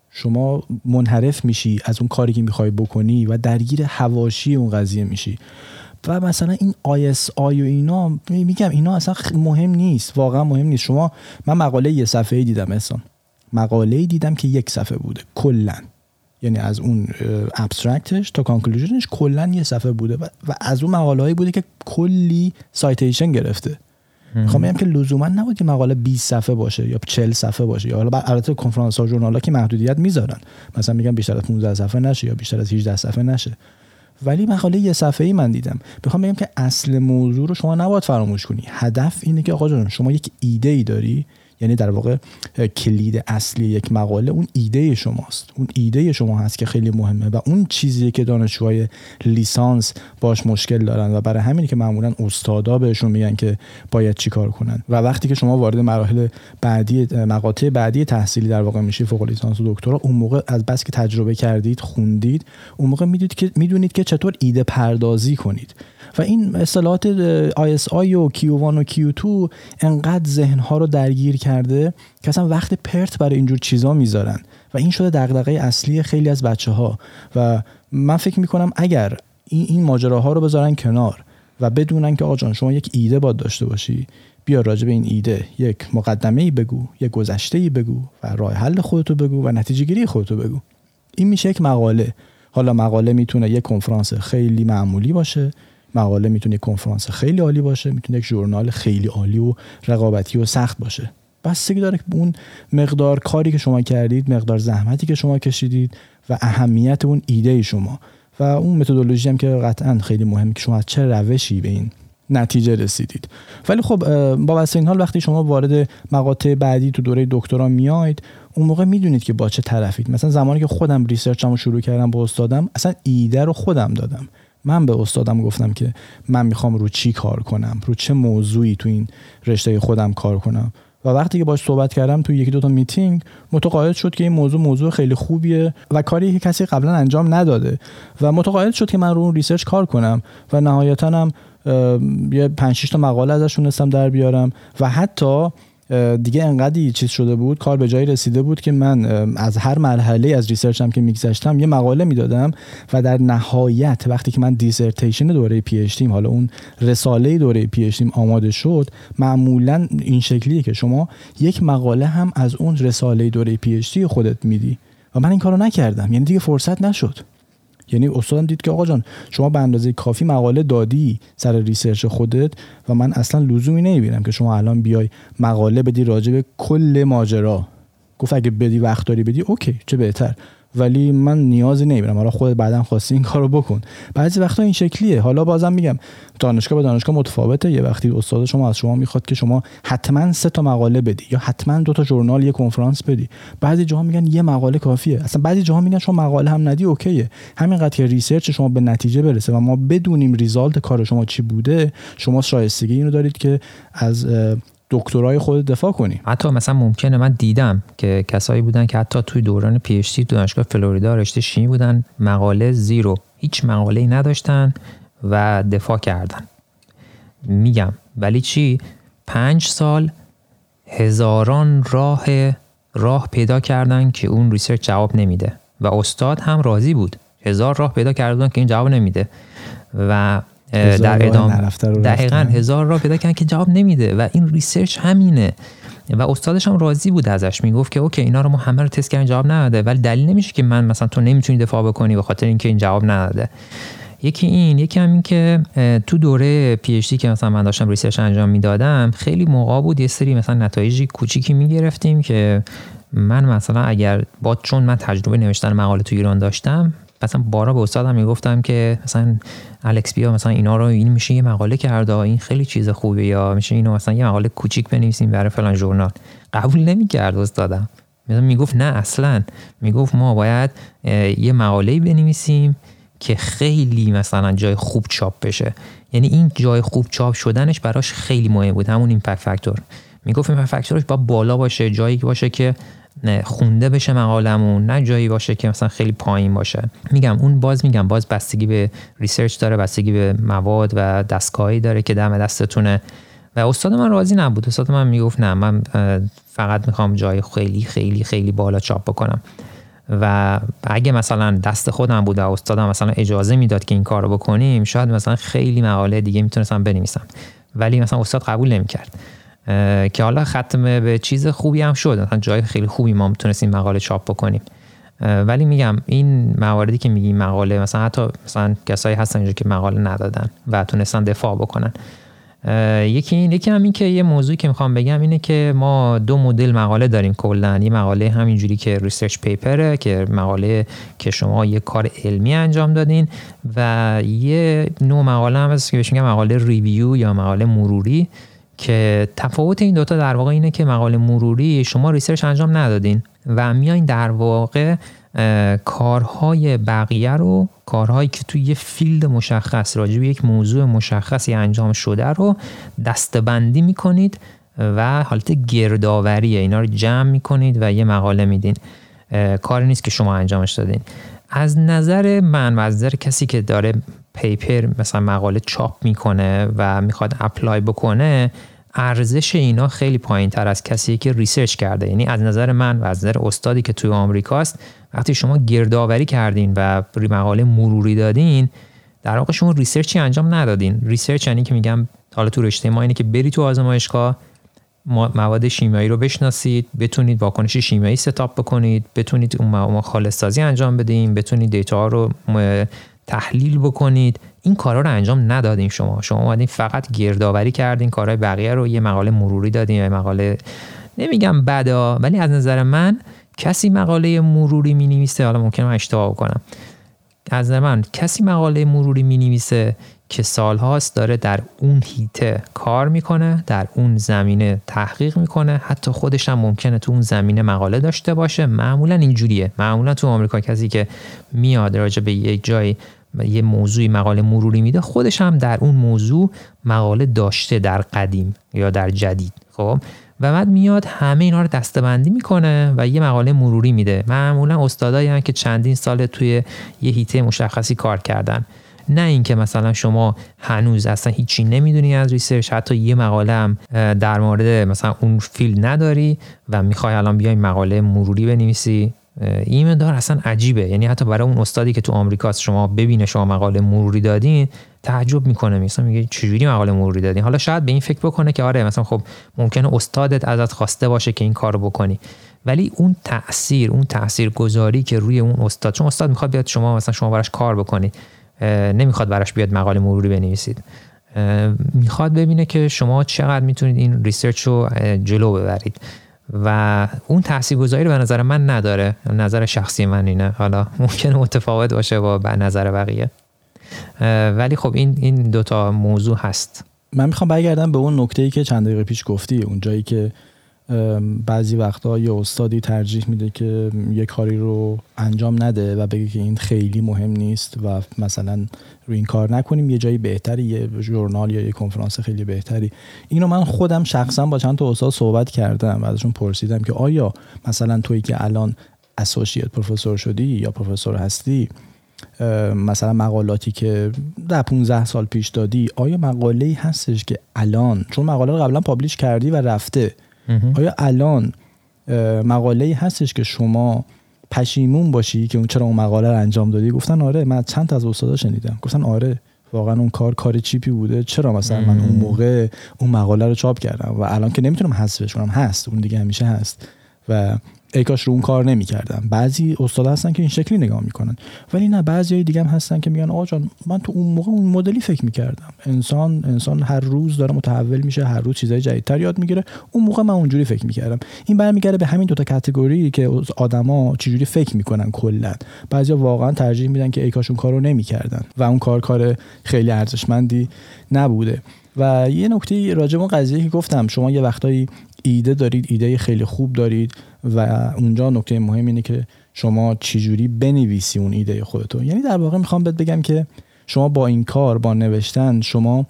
شما منحرف میشی از اون کاری که میخوای بکنی و درگیر حواشی اون قضیه میشی. و مثلا این آی اس آی و اینا، میگم اینا اصلا مهم نیست، واقعا مهم نیست. شما من مقاله یه صفحه‌ای دیدم اصلا، مقاله‌ای دیدم که یک صفحه بوده کلا، یعنی از اون ابسترکتش تا کانکلوژنش کلا یه صفحه بوده و, و از اون مقاله‌ای بوده که کلی سایتیشن گرفته. میخوام بگم که لزوما نباید که مقاله بیست صفحه باشه یا چهل صفحه باشه، یا حالا البته کنفرانس ها ژورنال ها که محدودیت میذارن، مثلا میگم بیشتر از پانزده صفحه نشه یا بیشتر از هجده صفحه نشه، ولی مقاله یه صفحه‌ای من دیدم. میخوام بگم که اصل موضوع رو شما نباید فراموش کنی. هدف اینه که آقا جان شما یک ایده ای داری، یعنی در واقع کلید اصلی یک مقاله اون ایده شماست، اون ایده شما هست که خیلی مهمه و اون چیزیه که دانشجوهای لیسانس باش مشکل دارن و برای همینه که معمولا استادا بهشون میگن که باید چی کار کنن. و وقتی که شما وارد مراحل بعدی مقاطع بعدی تحصیلی در واقع میشی، فوق لیسانس و دکترا، اون موقع از بس که تجربه کردید، خوندید، اون موقع میدونید که میدونید که چطور ایده پردازی کنید. و این اصطلاحات آی اس آی و کیو وان و کیو تو انقدر ذهن‌ها رو درگیر کرده که اصلا وقت پرت برای اینجور چیزا میذارن و این شده دغدغه اصلی خیلی از بچه‌ها. و من فکر میکنم اگر این این ماجراها رو بذارن کنار و بدونن که آقا جان شما یک ایده باید داشته باشی، بیا راجع به این ایده یک مقدمه‌ای بگو، یک گذشته‌ای بگو و راه حل خودتو بگو و نتیجه گیری خودتو بگو. این میشه یک مقاله. حالا مقاله میتونه یک کنفرانس خیلی معمولی باشه، مقاله میتونه یک کنفرانس خیلی عالی باشه، میتونه یک ژورنال خیلی عالی و رقابتی و سخت باشه. بستگی داره که اون مقدار کاری که شما کردید، مقدار زحمتی که شما کشیدید و اهمیت اون ایده شما و اون متدولوژی هم که قطعاً خیلی مهمه که شما از چه روشی به این نتیجه رسیدید. ولی خب با واسه این حال وقتی شما وارد مقاطع بعدی تو دوره دکترا میاید، اون موقع میدونید که با چه طرفید. مثلا زمانی که خودم ریسرچمو شروع کردم با استادم، اصلا ایده رو خودم دادم. من به استادم گفتم که من میخوام رو چی کار کنم، رو چه موضوعی تو این رشته خودم کار کنم. و وقتی که باهاش صحبت کردم تو یکی دو تا میتینگ، متقاعد شد که این موضوع موضوع خیلی خوبیه و کاری که کسی قبلا انجام نداده و متقاعد شد که من رو اون ریسرچ کار کنم و نهایتاً هم یه پنج شش تا مقاله ازش تونستم در بیارم و حتی دیگه انقدر چیز شده بود، کار به جایی رسیده بود که من از هر مرحله از ریسرچم که میگذشتم یه مقاله میدادم و در نهایت وقتی که من دیسرتیشن دوره پی اچ دی، حالا اون رساله دوره پی اچ دی آماده شد، معمولا این شکلیه که شما یک مقاله هم از اون رساله دوره پی اچ دی خودت میدی و من این کارو نکردم، یعنی دیگه فرصت نشد. یعنی استادم دید که آقا جان شما به اندازه کافی مقاله دادی سر ریسرچ خودت و من اصلا لزومی نمیبینم که شما الان بیای مقاله بدی راجع به کل ماجرا. گفت اگه بدی وقت داری بدی اوکی، چه بهتر، ولی من نیازی نمیبینم، حالا خودت بعداً خواستی این کارو بکن. بعضی وقتا این شکلیه. حالا بازم میگم دانشگاه به دانشگاه متفاوته. یه وقتی استاد شما از شما میخواد که شما حتما سه تا مقاله بدی یا حتما دو تا ژورنال، یه کنفرانس بدی. بعضی جاها میگن یه مقاله کافیه. اصلا بعضی جاها میگن شما مقاله هم ندی اوکیه. همینقدر که ریسرچ شما به نتیجه برسه و ما بدونیم ریزالت کار شما چی بوده، شما شایستگی اینو دارید که از دکترای خود دفاع کنی. حتی مثلا ممکنه من دیدم که کسایی بودن که حتی توی دوران پی اچ دی دانشگاه فلوریدا رشته شیمی بودن، مقاله زیرو، هیچ مقاله‌ای نداشتن و دفاع کردن. میگم ولی چی؟ پنج سال هزاران راه راه پیدا کردن که اون ریسرچ جواب نمیده و استاد هم راضی بود. هزار راه پیدا کردن که این جواب نمیده و در ادامه دقیقاً هزار راه پیدا کردن که جواب نمیده و این ریسرچ همینه و استادش هم راضی بود ازش. میگفت که اوکی اینا رو ما همه رو تست کردیم جواب نداده، ولی دلیل نمیشه که من مثلا تو نمیتونی دفاع بکنی به خاطر اینکه این جواب نداده. یکی این، یکی هم این که تو دوره پی اچ دی که مثلا من داشتم ریسرچ انجام میدادم، خیلی موقع بود یه سری مثلا نتایجی کوچیکی میگرفتیم که من مثلا اگر با چون من تجربه نوشتن مقاله تو ایران داشتم، مثلا بارا به استادم میگفتم که مثلا الکس بیا مثلا اینا رو، این میشه یه مقاله کرده، این خیلی چیز خوبه، یا میشه اینو مثلا یه مقاله کوچیک بنویسیم برای فلان ژورنال. قبول نمیکرد استادم. مثلا میگفت نه اصلا، میگفت ما باید یه مقاله‌ای بنویسیم که خیلی مثلا جای خوب چاپ بشه. یعنی این جای خوب چاپ شدنش براش خیلی مهم بود، همون ایمپکت فاکتور. میگفت ایمپکت فاکتورش باید بالا باشه، جایی باشه که خونده بشه مقالمون، نه جایی باشه که مثلا خیلی پایین باشه. میگم اون باز میگم باز بستگی به ریسرچ داره، بستگی به مواد و دستگاهی داره که دم دستتونه و استاد من راضی نبود. استاد من میگفت نه، من فقط میخوام جای خیلی خیلی خیلی بالا چاپ بکنم و اگه مثلا دست خودم بود و استادم مثلا اجازه میداد که این کارو بکنیم، شاید مثلا خیلی مقاله دیگه میتونستم بنویسم، ولی مثلا استاد قبول نمیکرد که حالا ختم به چیز خوبی هم شد، مثلا جای خیلی خوبی ما میتونستیم مقاله چاپ بکنیم. ولی میگم این مواردی که میگی مقاله، مثلا حتی مثلا کسایی هستن اینجا که مقاله ندادن و تونستن دفاع بکنن. یکی این یکی هم این که یه موضوعی که میخوام بگم اینه که ما دو مدل مقاله داریم کلا. یه مقاله همینجوری که ریسرچ پیپره، که مقاله که شما یه کار علمی انجام دادین، و یه نوع مقاله هم هست که بهش میگن مقاله ریویو یا مقاله مروری، که تفاوت این دوتا در واقع اینه که مقاله مروری شما ریسرچ انجام ندادین و میایین در واقع کارهای بقیه رو، کارهایی که توی یه فیلد مشخص راجع به یک موضوع مشخصی انجام شده رو دسته‌بندی میکنید و حالت گردآوریه، اینا رو جمع میکنید و یه مقاله میدین. کاری نیست که شما انجامش دادین. از نظر من و از نظر کسی که داره پیپر مثلا مقاله چاپ میکنه و میخواد اپلای بکنه، ارزش اینا خیلی پایین تر از کسی که ریسرچ کرده. یعنی از نظر من و از نظر استادی که توی آمریکاست، وقتی شما گردآوری کردین و مقاله مروری دادین، در واقع شما ریسرچی انجام ندادین. ریسرچ یعنی که میگم حالا تو رشته ما اینه که بری تو آزمایشگاه، مواد شیمیایی رو بشناسید، بتونید واکنش شیمیایی ستاپ بکنید، بتونید اون مخالط سازی انجام بدین، بتونید دیتا رو تحلیل بکنید. این کارا رو انجام ندادین. شما شما اومدین فقط گردآوری کردین، کارهای بقیه رو یه مقاله مروری دادین. یه مقاله نمیگم بدا، ولی از نظر من کسی مقاله مروری می‌نویسه، حالا ممکنه من اشتباه کنم، از نظر من کسی مقاله مروری می‌نویسه که سالهاست داره در اون هیته کار میکنه، در اون زمینه تحقیق میکنه، حتی خودش هم ممکنه تو اون زمینه مقاله داشته باشه. معمولا اینجوریه. معمولا تو آمریکا کسی که میاد راجع به یک جای یه موضوعی مقاله مروری میده، خودش هم در اون موضوع مقاله داشته، در قدیم یا در جدید. خب و بعد میاد همه اینا رو دسته‌بندی میکنه و یه مقاله مروری میده. معمولا استادایی هستن که چندین سال توی یه هیته مشخصی کار کردن، نه اینکه مثلا شما هنوز اصلا هیچی نمیدونی از ریسرچ، حتی یه مقاله هم در مورد مثلا اون فیلد نداری و میخوای الان بیای مقاله مروری بنویسی. این مقدار اصلا عجیبه. یعنی حتی برای اون استادی که تو آمریکاست، شما ببینه شما مقاله مروری دادین، تعجب میکنه، مثلا میگه چجوری مقاله مروری دادین. حالا شاید به این فکر بکنه که آره مثلا خب ممکنه استادت ازت خواسته باشه که این کارو بکنی، ولی اون تأثیر، اون تاثیرگذاری که روی اون استاد، چون استاد میخواد بیاد شما مثلا شما براش کار بکنید، نمیخواد براش بیاد مقاله مروری بنویسید، میخواد ببینه که شما چقدر میتونید این ریسرچ رو جلو ببرید و اون تاثیرگذاری رو به نظر من نداره. نظر شخصی من اینه، حالا ممکنه متفاوت باشه با نظر بقیه، ولی خب این این دوتا موضوع هست. من میخوام برگردم به اون نکته‌ای که چند دقیقه پیش گفتی، اون جایی که بعضی وقتا یه استادی ترجیح میده که یه کاری رو انجام نده و بگه که این خیلی مهم نیست و مثلا روی این کار نکنیم، یه جایی بهتری، یه ژورنال یا یه کنفرانس خیلی بهتری. اینو من خودم شخصا با چند تا استاد صحبت کردم و ازشون پرسیدم که آیا مثلا تویی که الان اسوسییت پروفسور شدی یا پروفسور هستی، مثلا مقالاتی که ده پانزده سال پیش دادی، آیا مقاله‌ای هستش که الان، چون مقاله رو قبلا پابلیش کردی و رفته، آیا الان مقاله‌ای هستش که شما پشیمون باشی که اون چرا اون مقاله رو انجام دادی؟ گفتن آره. من چند تا از استادا شنیدم گفتن آره واقعا اون کار کار چیپی بوده، چرا مثلا من اون موقع اون مقاله رو چاپ کردم و الان که نمیتونم حذفش کنم، هست اون دیگه همیشه هست و ای کاش رو اون کار نمی‌کردم. بعضی استادا هستن که این شکلی نگاه میکنن، ولی نه، بعضی دیگه هم هستن که میگن آقا جان من تو اون موقع اون مدلی فکر میکردم. انسان انسان هر روز داره متحول میشه، هر روز چیزای جدیدتر یاد میگیره. اون موقع من اونجوری فکر میکردم. این برمیگره به همین دو تا کاتگوری که آدما چجوری فکر میکنن کلا. بعضیا واقعا ترجیح میدن که ای کاش اون کارو نمیکردن و اون کار کار خیلی ارزشمندی نبوده. و یه نکته راجع به اون قضیه که گفتم، شما یه وقتایی ایده دارید، ایده خیلی خوب دارید و اونجا نکته مهم اینه که شما چجوری بنویسی اون ایده خودتو. یعنی در واقع میخوام بهت بگم که شما با این کار، با نوشتن، شما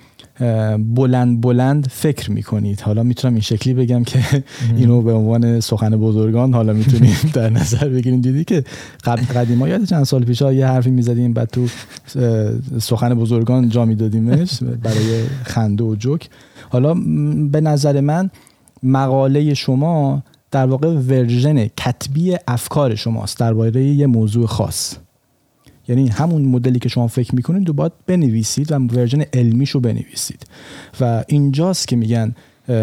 بلند بلند فکر میکنید. حالا میتونم این شکلی بگم که اینو به عنوان سخن بزرگان حالا میتونیم در نظر بگیریم. دیدی که قبل قدیما یاد چند سال پیش یه حرفی میزدیم بعد تو سخن بزرگان جا میدادیمش برای خنده و جوک. حالا به نظر من مقاله شما در واقع ورژن کتبی افکار شماست درباره یه موضوع خاص. یعنی همون مدلی که شما فکر میکنید رو باید بنویسید و ورژن علمیشو بنویسید. و اینجاست که میگن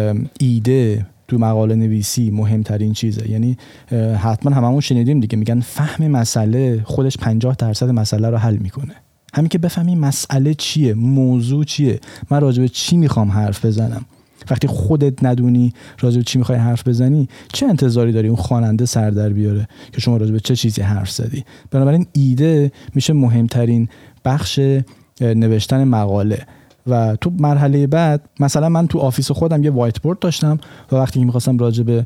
ایده تو مقاله نویسی مهمترین چیزه. یعنی حتما هممون شنیدیم دیگه، میگن فهم مسئله خودش پنجاه درصد مسئله رو حل میکنه. همین که بفهمی مسئله چیه، موضوع چیه، من راجع به چی میخوام حرف بزنم. وقتی خودت ندونی راجع به چی میخوای حرف بزنی، چه انتظاری داری اون خواننده سر در بیاره که شما راجع به چه چیزی حرف زدی؟ بنابراین ایده میشه مهمترین بخش نوشتن مقاله. و تو مرحله بعد مثلا من تو آفیس خودم یه وایت بورد داشتم و وقتی که میخواستم راجع به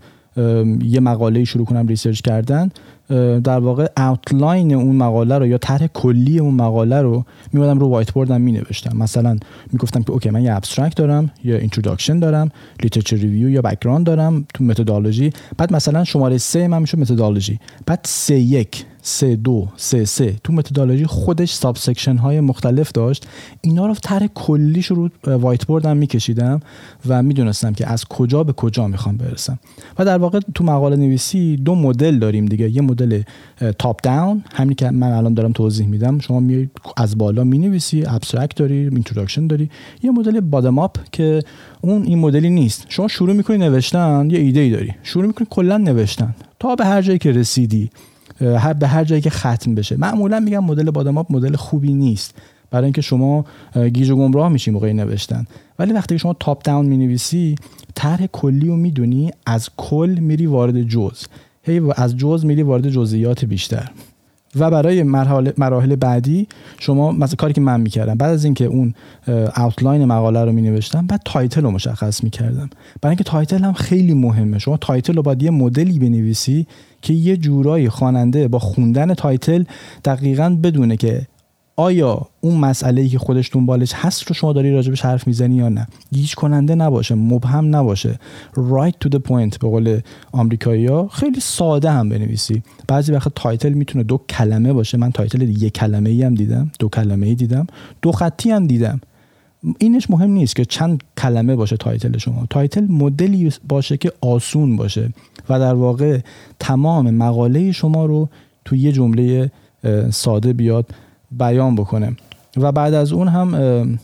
یه مقاله شروع کنم ریسرچ کردن، در واقع اوتلاین اون مقاله رو یا طرح کلی اون مقاله رو میومدم رو وایت بوردم می نوشتم. مثلا میگفتم که اوکی من یه ابسترکت دارم، یا اینتروداکشن دارم، لیترچر ریویو یا بک‌گراند دارم تو متدولوژی، بعد مثلا شماره سه من میشه متدولوژی، بعد سه یک، سه دو، سه سه تو متدولوژی خودش ساب سکشن های مختلف داشت. اینا رو طرح کلیش رو وایت بوردم میکشیدم و میدونستم که از کجا به کجا میخوام برسم. و در واقع تو مقاله نویسی دو مدل داریم دیگه. یه مدل تاپ داون، همین که من الان دارم توضیح میدم، شما میای از بالا مینویسی، ابسترکت داری، اینتروداکشن داری. یه مدل بادم آپ که اون این مدلی نیست. شما شروع میکنی نوشتن، یه ایده ای داری، شروع میکنی کلا نوشتن تا به هر جایی که رسیدی، هر به هر جایی که ختم بشه. معمولا میگم مدل بادام آپ مدل خوبی نیست، برای اینکه شما گیج و گمراه میشی موقع نوشتن. ولی وقتی که شما تاپ داون مینویسی، طرح کلی رو میدونی، از کل میری وارد جزء، هی از جزء میری وارد جزئیات بیشتر. و برای مراحل مراحل بعدی شما مثلا کاری که من میکردم، بعد از اینکه اون اوتلاین مقاله رو مینوشتم، بعد تایتل رو مشخص میکردم. برای اینکه تایتل هم خیلی مهمه. شما تایتل رو باید یه مدلی بنویسی که یه جورایی خواننده با خوندن تایتل دقیقاً بدونه که آیا اون مسئله‌ای که خودش دنبالش هست رو شما داری راجبش حرف میزنی یا نه. گیج کننده نباشه، مبهم نباشه، right to the point به قول آمریکایی‌ها. خیلی ساده هم بنویسی. بعضی وقت تایتل میتونه دو کلمه باشه. من تایتل یک کلمه‌ای هم دیدم، دو کلمه‌ای دیدم، دو خطی هم دیدم. اینش مهم نیست که چند کلمه باشه تایتل شما. تایتل مدلی باشه که آسون باشه و در واقع تمام مقاله شما رو تو یه جمله ساده بیاد بیان بکنه. و بعد از اون هم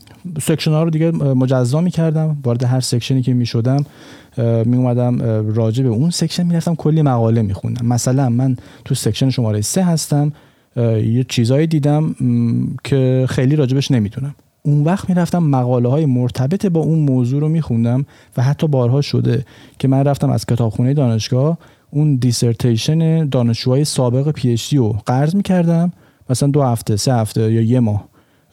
سکشن ها رو دیگه مجزا می‌کردم. وارد هر سکشنی که می‌شدم می اومدم راجع به اون سکشن میرفتم کلی مقاله می‌خوندم. مثلا من تو سکشن شماره سه هستم، یه چیزایی دیدم که خیلی راجبش نمیدونم. اون وقت میرفتم مقاله های مرتبط با اون موضوع رو میخوندم و حتی بارها شده که من رفتم از کتابخونه دانشگاه اون دیسرتیشن دانشجوهای سابق پی اچ دی رو قرض میکردم، مثلا دو هفته، سه هفته یا یه ماه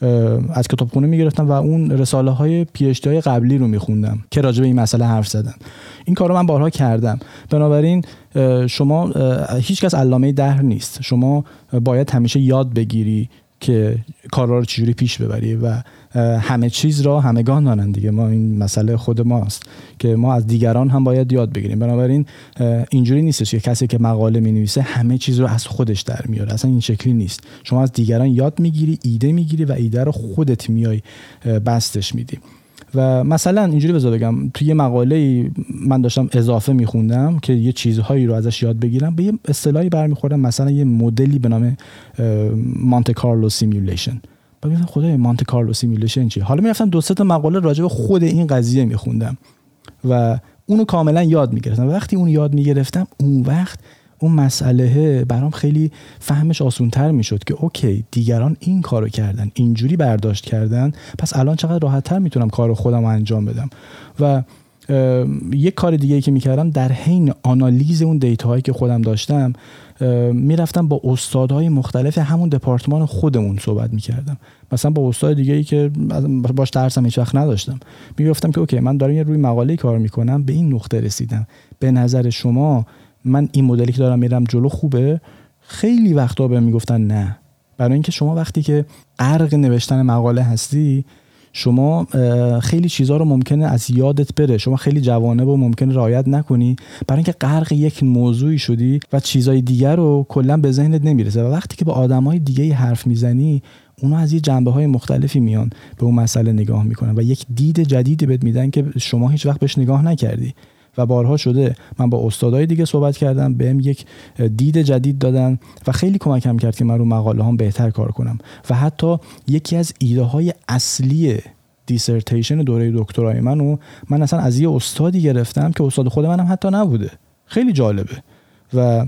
از کتابخونه میگرفتم و اون رساله های پی اچ دی های قبلی رو میخوندم که راجع به این مسئله حرف زدن. این کارو من بارها کردم. بنابراین شما هیچ کس علامه دهر نیست. شما باید همیشه یاد بگیری که کارا رو چجوری پیش ببری و همه چیز را همگان دارن دیگه. ما این مسئله خود ماست که ما از دیگران هم باید یاد بگیریم. بنابراین اینجوری نیستش که کسی که مقاله می‌نویسه همه چیز رو از خودش در میاره. اصلا این شکلی نیست. شما از دیگران یاد میگیری، ایده میگیری و ایده رو خودت میای بستش میدی. و مثلا اینجوری بذار بگم، توی یه مقاله من داشتم اضافه میخوندم که یه چیزهایی رو ازش یاد بگیرم، به یه اصطلاحی برمیخوردم، مثلا یه مدلی به نام مونته کارلو سیمولیشن. ببینم خدای مونته کارلو سیمولیشن چیه. حالا میرفتم دو سه تا مقاله راجع به خود این قضیه میخوندم و اونو کاملا یاد میگرفتم. وقتی اون یاد میگرفتم، اون وقت اون مسئله برام خیلی فهمش آسان‌تر میشد که اوکی دیگران این کارو کردن، اینجوری برداشت کردن، پس الان چقدر راحت‌تر میتونم کارو خودم انجام بدم. و یک کار دیگه‌ای که میکردم، در حین آنالیز اون دیتاهایی که خودم داشتم، میرفتم با استادهای مختلف همون دپارتمان خودمون صحبت میکردم. مثلا با استاد دیگه‌ای که باش درسم هیچ وقت نداشتم، میگفتم که اوکی من دارم یه روی مقاله کار میکنم، به این نقطه رسیدم، به نظر شما من این مدلی که دارم میرم جلو خوبه؟ خیلی وقتا بهم میگفتن نه. برای اینکه شما وقتی که غرق نوشتن مقاله هستی، شما خیلی چیزها رو ممکنه از یادت بره، شما خیلی جوانب رو ممکنه رعایت نکنی برای اینکه غرق یک موضوعی شدی و چیزای دیگر رو کلا به ذهنت نمیرسه. و وقتی که با آدمای دیگه حرف میزنی، اونا از یه جنبه‌های مختلفی میان به اون مسئله نگاه میکنن و یک دید جدیدی بهت میدن که شما هیچ وقت بهش نگاه نکردی. و بارها شده من با استادای دیگه صحبت کردم، بهم یک دید جدید دادن و خیلی کمکم کرد که من رو مقاله هام بهتر کار کنم. و حتی یکی از ایده های اصلی دیسرتیشن دوره دکترای منو من اصلا از یه استادی گرفتم که استاد خود منم حتی نبوده. خیلی جالبه. و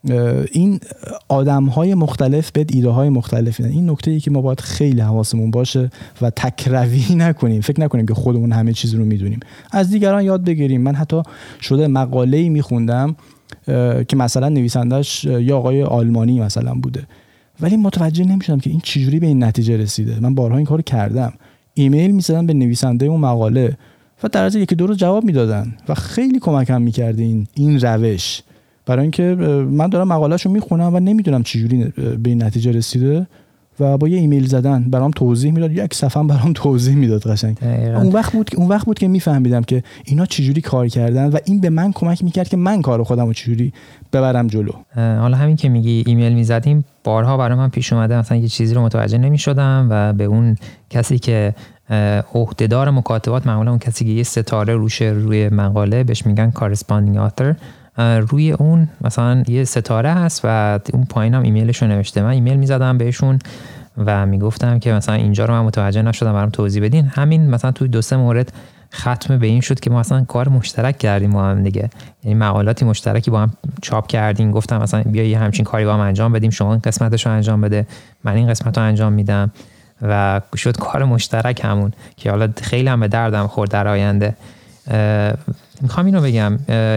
این آدم‌های مختلف به ایده‌های مختلفی دارن. این نکته ای که ما باید خیلی حواسمون باشه و تکروی نکنیم، فکر نکنیم که خودمون همه چیز رو میدونیم، از دیگران یاد بگیریم. من حتی شده مقاله‌ای میخوندم که مثلا نویسندش یا آقای آلمانی مثلا بوده، ولی متوجه نمیشدم که این چجوری به این نتیجه رسیده. من بارها این کارو کردم، ایمیل می‌زدم به نویسنده اون مقاله و در از یکی دو روز جواب میدادن و خیلی کمکم می‌کرد این این روش، برای اینکه من دارم مقاله‌شو میخونم و نمیدونم چجوری به این نتیجه رسیده و با یه ایمیل زدن برام توضیح میداد، یک صفحه برام توضیح میداد قشنگ. اون وقت بود اون وقت بود که میفهمیدم که اینا چجوری کار کردن و این به من کمک میکرد که من کار خودمو چجوری ببرم جلو. حالا همین که میگی ایمیل میزدیم، بارها برای من پیش اومده مثلا یه چیزی رو متوجه نمیشدم و به اون کسی که عهدهدار مکاتبات، معمولا اون کسی که یه ستاره روشه روی مقاله، بهش میگن کارسپاندینگ آثر، روی اون مثلا یه ستاره هست و اون پایین هم ایمیلشو نوشته. من ایمیل میزدم بهشون و میگفتم که مثلا اینجا رو من متوجه نشدم، برام توضیح بدین. همین مثلا توی دو سه مورد ختم به این شد که ما مثلا کار مشترک کردیم با هم دیگه، یعنی مقالاتی مشترکی با هم چاپ کردیم. گفتم مثلا بیا یه همچین کاری با هم انجام بدیم، شما این قسمتشو انجام بده، من این قسمتو انجام میدم و شد کار مشترک همون که حالا خیلی هم به دردم خورد در آینده. میخوام اینو بگم،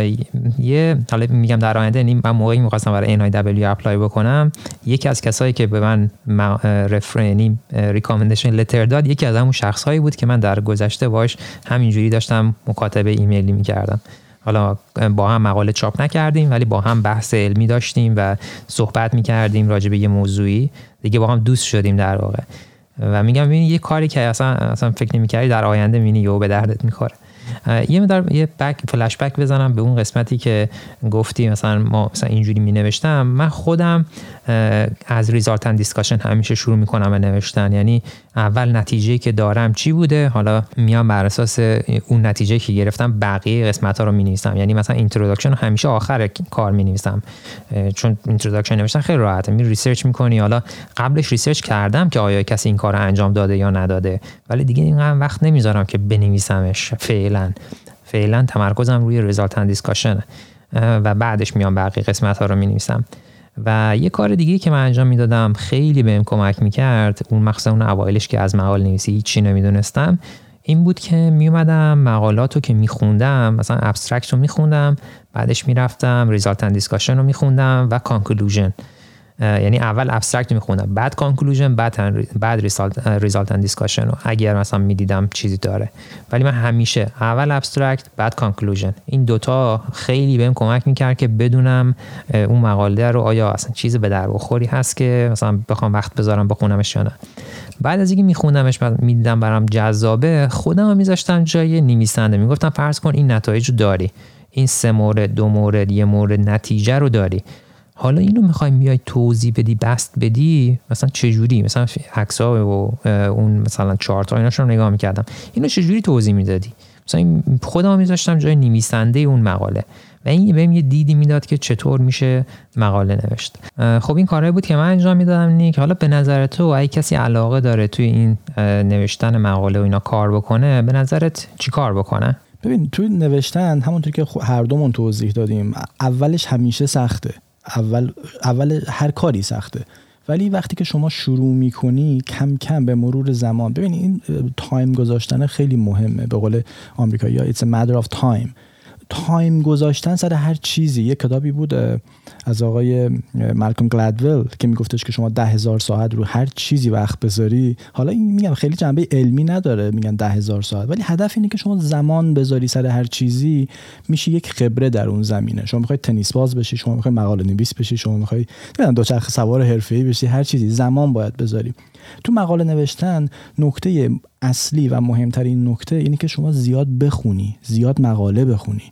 یه حالا میگم در آینده، یعنی من موقعی میخواستم برای این آی دبلیو اپلای بکنم، یکی از کسایی که به من رفرنی ریکامندیشن لتر داد، یکی از همون شخصهایی بود که من در گذشته باش همینجوری داشتم مکاتبه ایمیلی میکردم. حالا با هم مقاله چاپ نکردیم ولی با هم بحث علمی داشتیم و صحبت میکردیم راجع به یه موضوعی دیگه، با هم دوست شدیم در واقع. و میگم ببین یه کاری که اصلا اصلا فکر نمی‌کردی در آینده می‌بینی یهو به دردت می‌خوره. یه مقدار یه بک فلش بک بزنم به اون قسمتی که گفتی مثلا ما مثلا اینجوری مینوشتم. من خودم از ریزالت اند دیسکاشن همیشه شروع میکنم به نوشتن، یعنی اول نتیجه‌ای که دارم چی بوده، حالا میام بر اساس اون نتیجه‌ای که گرفتم بقیه قسمت‌ها رو می‌نویسم. یعنی مثلا اینتروداکشن رو همیشه آخر کار می‌نویسم، چون اینتروداکشن نوشتن خیلی راحته، می ریسرچ می‌کنی. حالا قبلش ریسرچ کردم که آیا کسی این کارو انجام داده یا نداده، ولی دیگه اینقدر وقت نمیذارم که بنویسمش. فعلا فعلا تمرکزم روی ریزالت اند دیسکاشن و بعدش میام بقیه قسمت‌ها رو می‌نویسم. و یه کار دیگه که من انجام میدادم خیلی بهم کمک میکرد، اون مخصوصا اون اوایلش که از مقاله نویسی هیچی نمیدونستم، این بود که میومدم مقالاتو که میخوندم، مثلا ابسترکت رو میخوندم، بعدش میرفتم ریزالت اند دیسکاشن رو میخوندم و کانکلوژن. یعنی اول ابسترکت میخوندم، بعد کانکلوژن، بعد بعد ریزالت ریزالت اند دیسکاشن رو اگر مثلا میدیدم چیزی داره. ولی من همیشه اول ابسترکت بعد کانکلوژن، این دوتا خیلی بهم کمک میکرد که بدونم اون مقاله رو آیا اصلا چیزی به در بخوری هست که مثلا بخوام وقت بذارم بخونمش یا نه. بعد از اینکه میخوندمش بعد میدیدم برام جذابه، خودم هم میذاشتم جای نویسنده، میگفتم فرض کن این نتایج رو داری، این سه مورد دو مورد یه مورد نتیجه رو داری، حالا اینو میخوایم بیای توضیح بدی، بست بدی، مثلا چجوری، مثلا عکس‌ها و اون مثلا چارت ها ایناشو نگاه میکردم، اینو چجوری توضیح میدادی، مثلا خودم میذاشتم جای نویسنده اون مقاله و این بهم یه دیدی میداد که چطور میشه مقاله نوشت. خب این کارهایی بود که من انجام میدادم. نیک، حالا به نظر تو اگه کسی علاقه داره توی این نوشتن مقاله و اینا کار بکنه، به نظرت چی کار بکنه؟ ببین توی نوشتن همونطور که هر دومون توضیح دادیم، اولش همیشه سخته، اول اول هر کاری سخته، ولی وقتی که شما شروع میکنی کم کم به مرور زمان، ببین این تایم گذاشتن خیلی مهمه، به قول آمریکایی‌ها it's a matter of time. تایم گذاشتن سر هر چیزی. یه کتابی بود از آقای مالکوم گلدول که میگفتش که شما ده هزار ساعت رو هر چیزی وقت بذاری، حالا این میگم خیلی جنبه علمی نداره، میگن ده هزار ساعت، ولی هدف اینه که شما زمان بذاری سر هر چیزی، میشه یک خبره در اون زمینه. شما میخواید تنیس باز بشی، شما میخواید مقاله نویس بشی، شما میخواید دوچرخه سوار حرفه‌ای بشی، هر چیزی زمان باید بذاری. تو مقاله نوشتن نکته اصلی و مهمترین نکته اینه که شما زیاد بخونی، زیاد مقاله بخونی.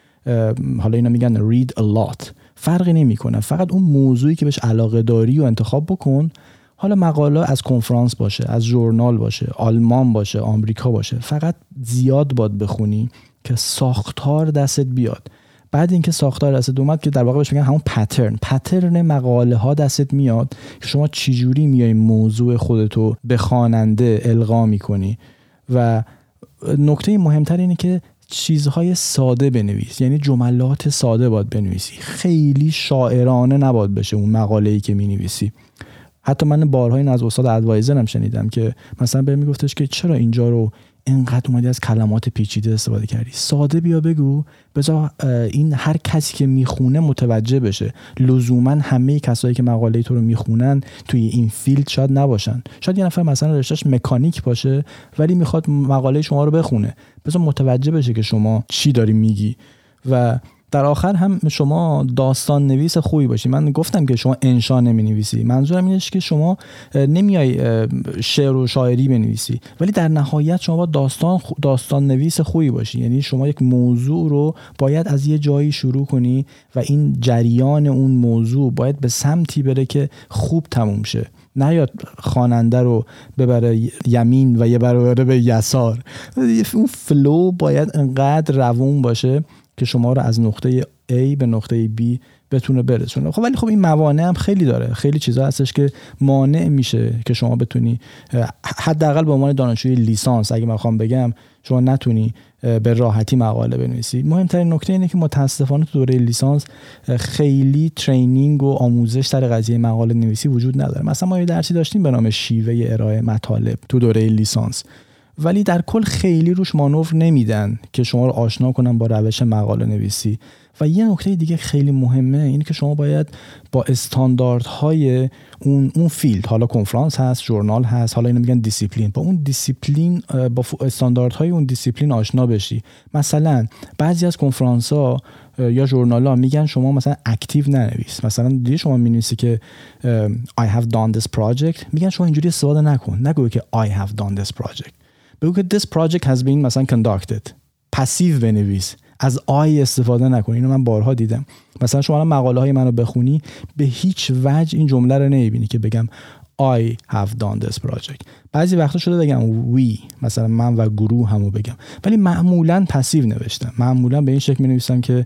حالا اینا میگن read a lot، فرقی نمیکنه، فقط اون موضوعی که بهش علاقه داری رو انتخاب بکن. حالا مقاله از کنفرانس باشه، از ژورنال باشه، آلمان باشه، آمریکا باشه، فقط زیاد باید بخونی که ساختار دستت بیاد. بعد اینکه ساختار دستت اومد که در واقع بهش میگن همون پترن، پترن مقاله ها دستت میاد که شما چجوری میای موضوع خودتو به خواننده القا میکنی. و نکته مهمتر اینه که چیزهای ساده بنویس، یعنی جملات ساده باید بنویسی، خیلی شاعرانه نباید بشه اون مقاله‌ای که مینویسی. حتی من بارها این از استاد ادوایزرم شنیدم که مثلا بهم میگفتش که چرا اینجا رو اینقدر اومدی از کلمات پیچیده استفاده کردی، ساده بیا بگو، بذار این هر کسی که میخونه متوجه بشه. لزوما همه کسایی که مقاله تو رو میخونن توی این فیلد شاید نباشن، شاید یه نفر مثلا رشتهش مکانیک باشه ولی میخواد مقاله شما رو بخونه، بذار متوجه بشه که شما چی داری میگی. و در آخر هم شما داستان نویس خوبی باشی. من گفتم که شما انشا نمی نویسی، منظورم اینه که شما نمیای شعر و شاعری بنویسی، ولی در نهایت شما با داستان داستان نویس خوبی باشی. یعنی شما یک موضوع رو باید از یه جایی شروع کنی و این جریان اون موضوع باید به سمتی بره که خوب تموم شه، نیاد خواننده رو ببره یمین و یه بره به یسار. اون فلو باید انقدر روون باشه که شما رو از نقطه A به نقطه B بتونه برسونه. خب ولی خب این موانع هم خیلی داره، خیلی چیزا هستش که مانع میشه که شما بتونی حداقل به عنوان دانشجوی لیسانس اگه من بخوام بگم شما نتونی به راحتی مقاله بنویسی. مهمترین نکته اینه که متاسفانه تو دوره لیسانس خیلی ترینینگ و آموزش در قضیه مقاله نویسی وجود نداره. مثلا ما یه درسی داشتیم به نام شیوه ارائه مطالب تو دوره لیسانس، ولی در کل خیلی روش مانور نمیدن که شما رو آشنا کنن با روش مقاله نویسی. و یه نکته دیگه خیلی مهمه اینه که شما باید با استانداردهای اون اون فیلد، حالا کنفرانس هست، ژورنال هست، حالا اینو میگن دیسیپلین، با اون دیسیپلین با استانداردهای اون دیسیپلین آشنا بشی. مثلا بعضی از کنفرانس‌ها یا ژورنال‌ها میگن شما مثلا اکتیو ننویس. مثلا دیدی شما می‌نویسی که I have done this project، میگن شما اینجوری استفاده نکن، نگو که I have done this project، بگو که this project has been مثلا conducted. پسیو بنویس، از آی استفاده نکن. اینو من بارها دیدم. مثلا شما مقاله های منو بخونی به هیچ وجه این جمله رو نمیبینی که بگم I have done this project. بعضی وقتا شده بگم we، مثلا من و گروه همو بگم، ولی معمولا پسیو نوشتم. معمولا به این شکل می‌نویسم که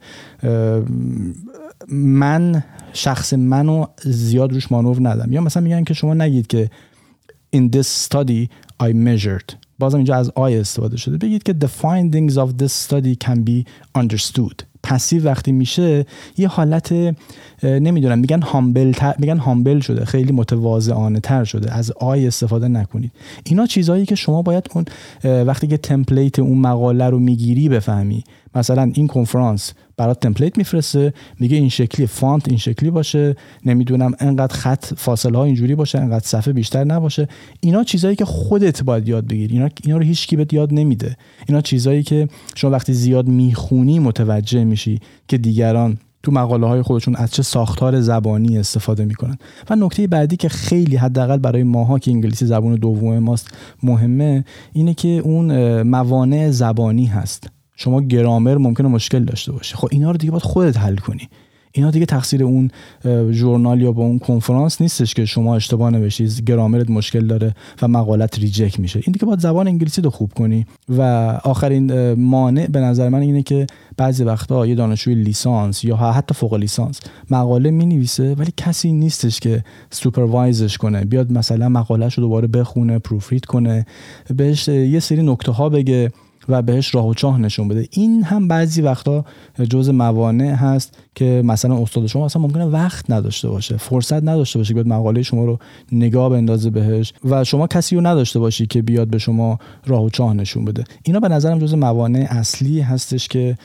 من شخص منو زیاد روش مانور ندم. یا مثلا میگن که شما نگید که in this study I measured، بازم اینجا از آی استفاده شده، بگید که the findings of this study can be understood. پسیو وقتی میشه یه حالت نمیدونم میگن هامبل تر، میگن هامبل شده، خیلی متواضعانه تر شده. از آی استفاده نکنید. اینا چیزایی که شما باید اون وقتی که تمپلیت اون مقاله رو میگیری بفهمی. مثلا این کنفرانس برات تمپلیت میفرسته، میگه این شکلی فونت این شکلی باشه، نمیدونم انقدر خط فاصله ها اینجوری باشه، انقدر صفحه بیشتر نباشه. اینا چیزایی که خودت باید یاد بگیری. اینا اینا رو هیچ کی بهت یاد نمیده. اینا چیزایی که شما وقتی زیاد میخونی متوجه میشی که دیگران تو مقاله های خودشون از چه ساختار زبانی استفاده میکنن. و نکته بعدی که خیلی حداقل برای ماها که انگلیسی زبان دوم ماست مهمه، اینه که اون موانع زبانی هست. شما گرامر ممکنه مشکل داشته باشه، خب اینا رو دیگه باید خودت حل کنی. اینا دیگه تقصیر اون ژورنال یا با اون کنفرانس نیستش که شما اشتباه نوشتی، گرامرت مشکل داره و مقالت ریجکت میشه. این دیگه باید زبان انگلیسی رو خوب کنی. و آخرین مانع به نظر من اینه که بعضی وقتا یه دانشجوی لیسانس یا حتی فوق لیسانس مقاله مینویسه ولی کسی نیستش که سوپروایزش کنه، بیاد مثلا مقاله‌شو دوباره بخونه، پروف رید کنه، بهش یه سری نکته ها بگه. و بهش راه و چاه نشون بده. این هم بعضی وقتا جزء موانع هست که مثلا استاد شما اصلا ممکنه وقت نداشته باشه، فرصت نداشته باشه که بیاد مقاله شما رو نگاه بندازه بهش و شما کسی رو نداشته باشی که بیاد به شما راه و چاه نشون بده. اینا به نظرم جزء موانع اصلی هستش که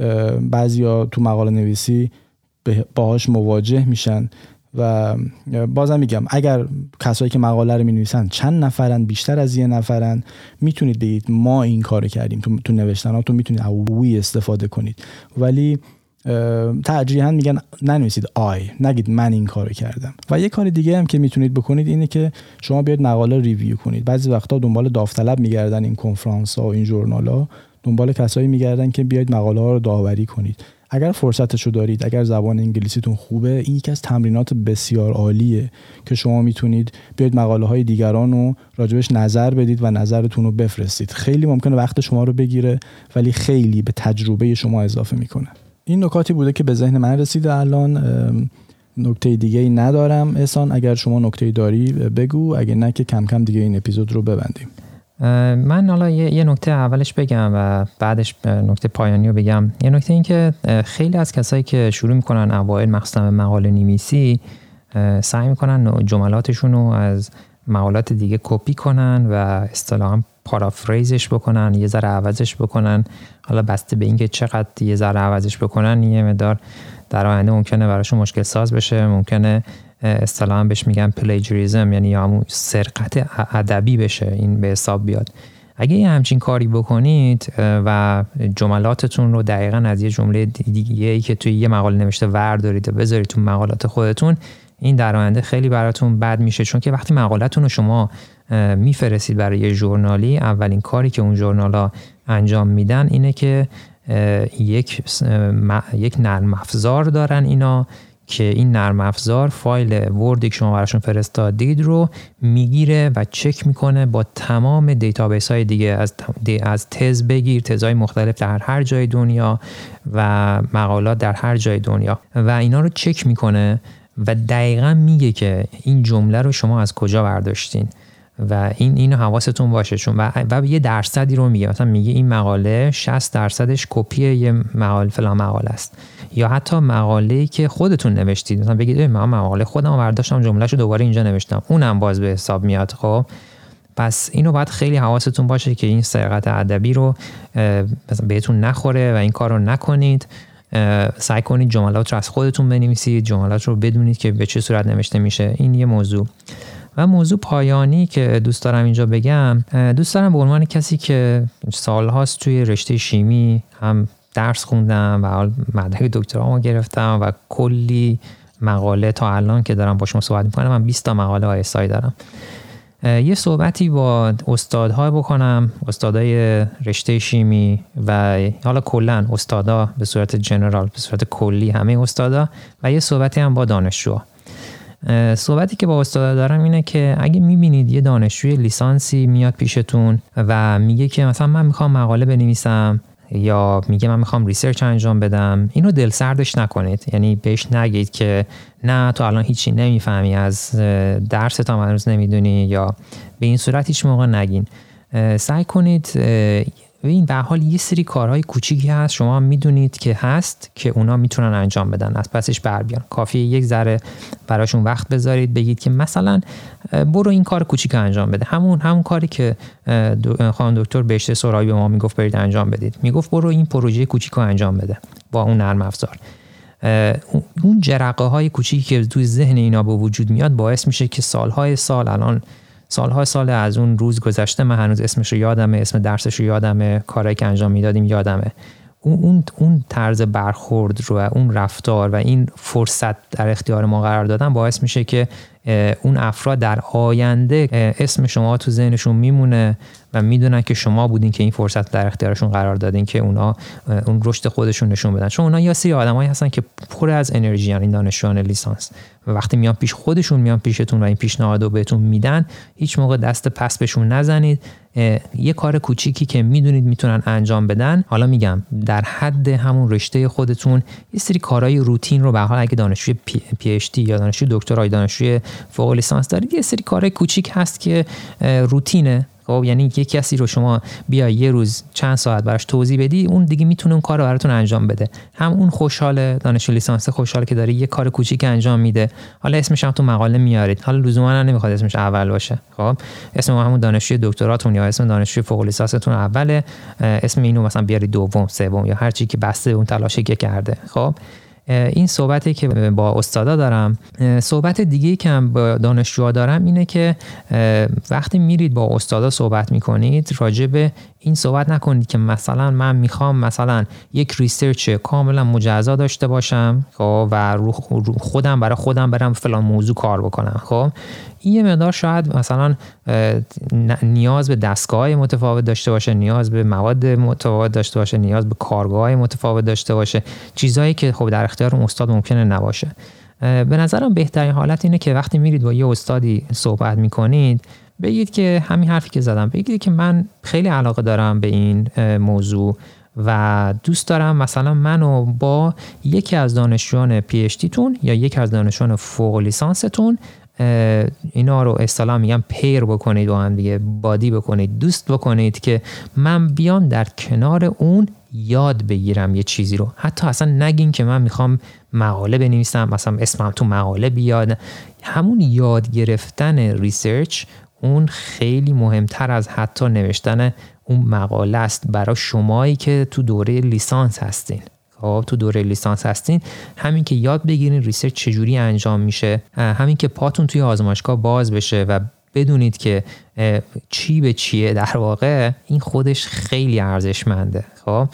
بعضیا تو مقاله نویسی باهاش مواجه میشن. و بازم میگم اگر کسایی که مقاله رو مینویسن چند نفرن، بیشتر از یه نفرن، میتونید بگید ما این کارو کردیم. تو تو نوشتناتون میتونید اوی استفاده کنید، ولی ترجیحاً میگن ننویسید آی، نگید من این کارو کردم. و یه کار دیگه هم که میتونید بکنید اینه که شما بیاید مقاله ریویو کنید. بعضی وقتا دنبال داوطلب میگردن این کنفرانس ها و این ژورنال ها، دنبال کسایی میگردن که بیاید مقاله ها رو داوری کنید. اگر فرصتشو دارید، اگر زبان انگلیسیتون خوبه، این یکی از تمرینات بسیار عالیه که شما میتونید بیاید مقاله های دیگران رو راجبش نظر بدید و نظرتون رو بفرستید. خیلی ممکنه وقت شما رو بگیره ولی خیلی به تجربه شما اضافه میکنه. این نکاتی بوده که به ذهن من رسیده الان. نکته دیگه ای ندارم. احسان اگر شما نکته داری بگو، اگه نه که کم کم دیگه این اپیزود رو ببندیم. من حالا یه, یه نکته اولش بگم و بعدش نکته پایانی رو بگم. یه نکته این که خیلی از کسایی که شروع میکنن اوایل مخصوصا مقاله نویسی سعی میکنن جملاتشون رو از مقالات دیگه کپی کنن و اصطلاحاً پارافریزش بکنن، یه ذره عوضش بکنن. حالا بسته به اینکه چقدر یه ذره عوضش بکنن یه مقدار در آینده ممکنه براشون مشکل ساز بشه، ممکنه اصطلاحاً بهش میگن پلیجریزم، یعنی همون سرقت ادبی بشه، این به حساب بیاد. اگه یه همچین کاری بکنید و جملاتتون رو دقیقاً از یه جمله دیگه‌ای که توی یه مقاله نوشته وردارید و بذارید تو مقالات خودتون، این در آینده خیلی براتون بد میشه. چون که وقتی مقالتون رو شما میفرستید برای یه ژورنالی، اولین کاری که اون ژورنالا انجام میدن اینه که یک یک نرم افزار دارن اینا که این نرم افزار فایل وردی که شما براشون فرستادید رو میگیره و چک میکنه با تمام دیتابیس های دیگه، از از تز بگیر، تزهای مختلف در هر جای دنیا و مقالات در هر جای دنیا، و اینا رو چک میکنه و دقیقاً میگه که این جمله رو شما از کجا برداشتین و این اینو حواستون باشه. چون و, و یه درصدی رو میگه، مثلا میگه این مقاله شصت درصدش کپی یه مقاله فلان مقاله است، یا حتی مقاله‌ای که خودتون نوشتید، مثلا بگید من مقاله خودم برداشتم جمله‌شو دوباره اینجا نوشتم، اونم باز به حساب میاد. خب پس اینو باید خیلی حواستون باشه که این سرقت ادبی رو مثلا بهتون نخوره و این کارو نکنید. سعی کنید جملات رو از خودتون بنویسید، جملات رو بدونید که به چه صورت نوشته میشه. این یه موضوع. و موضوع پایانی که دوست دارم اینجا بگم، دوست دارم به عنوان کسی که سالهاست توی رشته شیمی هم درس خوندم و مدرک دکترامو گرفتم و کلی مقاله تا الان که دارم با شما صحبت میکنم، من بیست تا مقاله آی اس آی دارم. یه صحبتی با استادها بکنم، استادای رشته شیمی و حالا کلا استادا به صورت جنرال، به صورت کلی همه استادا، و یه صحبتی هم با دانشجوها. صحبتی که با استادا دارم اینه که اگه میبینید یه دانشجوی لیسانسی میاد پیشتون و میگه که مثلا من میخوام مقاله بنویسم یا میگه من میخوام ریسرچ انجام بدم، اینو دل سردش نکنید. یعنی بهش نگید که نه تو الان هیچی نمیفهمی، از درس تا هنوز نمیدونی، یا به این صورت هیچ موقع نگین. سعی کنید این به حال یه سری کارهای کوچیکی هست شما هم میدونید که هست که اونا میتونن انجام بدن، از پسش بر بیان. کافیه یک ذره براشون وقت بذارید، بگید که مثلا برو این کار کوچیک انجام بده، همون همون کاری که خانم دکتر بهشت سرایی به ما میگفت برید انجام بدید. میگفت برو این پروژه کوچیکو انجام بده با اون نرم افزار. اون جرقه های کوچیکی که توی ذهن اینا به وجود میاد باعث میشه که سالهای سال، الان سالهای سال از اون روز گذشته، من هنوز اسمش رو یادمه، اسم درسش رو یادمه، کارهایی که انجام میدادیم یادمه. اون اون اون طرز برخورد رو، اون رفتار و این فرصت در اختیار ما قرار دادن باعث میشه که اون افراد در آینده اسم شما تو ذهنشون میمونه و میدونن که شما بودین که این فرصت در اختیارشون قرار دادین که اونا اون رشد خودشون نشون بدن. چون اونا یا سری آدمایی هستن که پر از انرژی ان، این دانشجویان لیسانس، و وقتی میان پیش خودشون میان پیشتون و این پیشنهادو بهتون میدن، هیچ موقع دست پس بهشون نزنید. یه کار کوچیکی که میدونید میتونن انجام بدن، حالا میگم در حد همون رشته خودتون، یه سری کارهای روتین رو به حال اگه دانشجوی پی اچ دی یا دانشجوی دکترا یا دانشجوی فوق لیسانس دارید، یه سری کارهای کوچیک هست که روتینه. خب خب یعنی یک کسی رو شما بیا یه روز چند ساعت براش توضیح بدی، اون دیگه میتونه اون کار رو براتون انجام بده. هم اون خوشحاله، دانشجو لیسانس خوشحاله که داره یه کار کوچیک انجام میده. حالا اسمش هم تو مقاله میارید، حالا لزوما نمیخواد اسمش اول باشه. خب اسم همون دانشجوی دکتراتون یا اسم دانشجوی فوق لیسانستون اوله، اسم اینو مثلا بیارید دوم، سوم یا هر چی که بسته اون تلاشی که کرده. خب این صحبتی که با استادا دارم. صحبت دیگه‌ای که هم با دانشجوها دارم اینه که وقتی میرید با استادا صحبت میکنید راجع به این صحبت نکنید که مثلا من میخوام مثلا یک ریسرچ کاملا مجزا داشته باشم خب و رو خودم برای خودم برم فلان موضوع کار بکنم. خب این یه مقدار شاید مثلا نیاز به دستگاه متفاوت داشته باشه، نیاز به مواد متفاوت داشته باشه، نیاز به کارگاه متفاوت داشته باشه، چیزایی که خب در اختیار اون استاد ممکنه نباشه. به نظرم بهترین حالت اینه که وقتی میرید با یه استادی صحبت میکنید بگید که همین حرفی که زدم، بگید که من خیلی علاقه دارم به این موضوع و دوست دارم مثلا منو با یکی از دانشجویان پی اچ دی تون یا یکی از دانشجویان فوق لیسانستون اینا رو اصطلاح میگم پیر بکنید و هم دیگه بادی بکنید، دوست بکنید که من بیام در کنار اون یاد بگیرم یه چیزی رو. حتی اصلا نگین که من میخوام مقاله بنویسم مثلا اسمم تو مقاله بیاد. همون یاد گرفتن ریسرچ اون خیلی مهمتر از حتی نوشتن اون مقاله است برای شمایی که تو دوره لیسانس هستین. خب تو دوره لیسانس هستین، همین که یاد بگیرین ریسرچ چجوری انجام میشه، همین که پاتون توی آزمایشگاه باز بشه و بدونید که چی به چیه در واقع، این خودش خیلی ارزشمنده. خب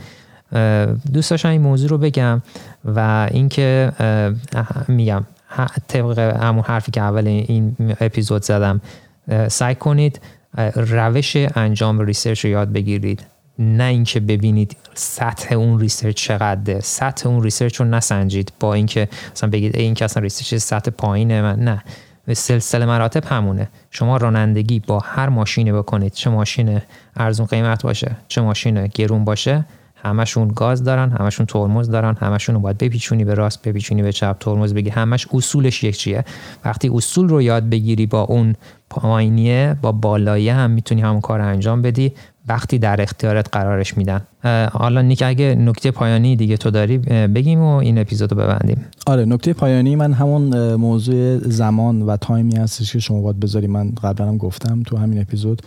دوست داشتم این موضوع رو بگم و اینکه میگم طبق همون حرفی که اول این اپیزود زدم، سعی کنید روش انجام ریسرچ رو یاد بگیرید، نه اینکه ببینید سطح اون ریسرچ چقدره. سطح اون ریسرچ رو نسنجید با اینکه مثلا بگید این که اصلا ریسرچ سطح پایینه. من نه، سلسله مراتب همونه. شما رانندگی با هر ماشینی بکنید، چه ماشین ارزون قیمت باشه چه ماشین گرون باشه، همشون گاز دارن، همشون ترمز دارن، همشون رو باید بپیچونی به راست، بپیچونی به چپ، ترمز بگی، همش اصولش یکیه. وقتی اصول رو یاد بگیری با اون پایینیه با بالاییه هم میتونی همون کار انجام بدی وقتی در اختیارت قرارش میدن. حالا نیک اگه نکته پایانی دیگه تو داری بگیم و این اپیزودو ببندیم. آره نکته پایانی من همون موضوع زمان و تایمی هستش که شما باید بذاری. من قبلا هم گفتم تو همین اپیزود،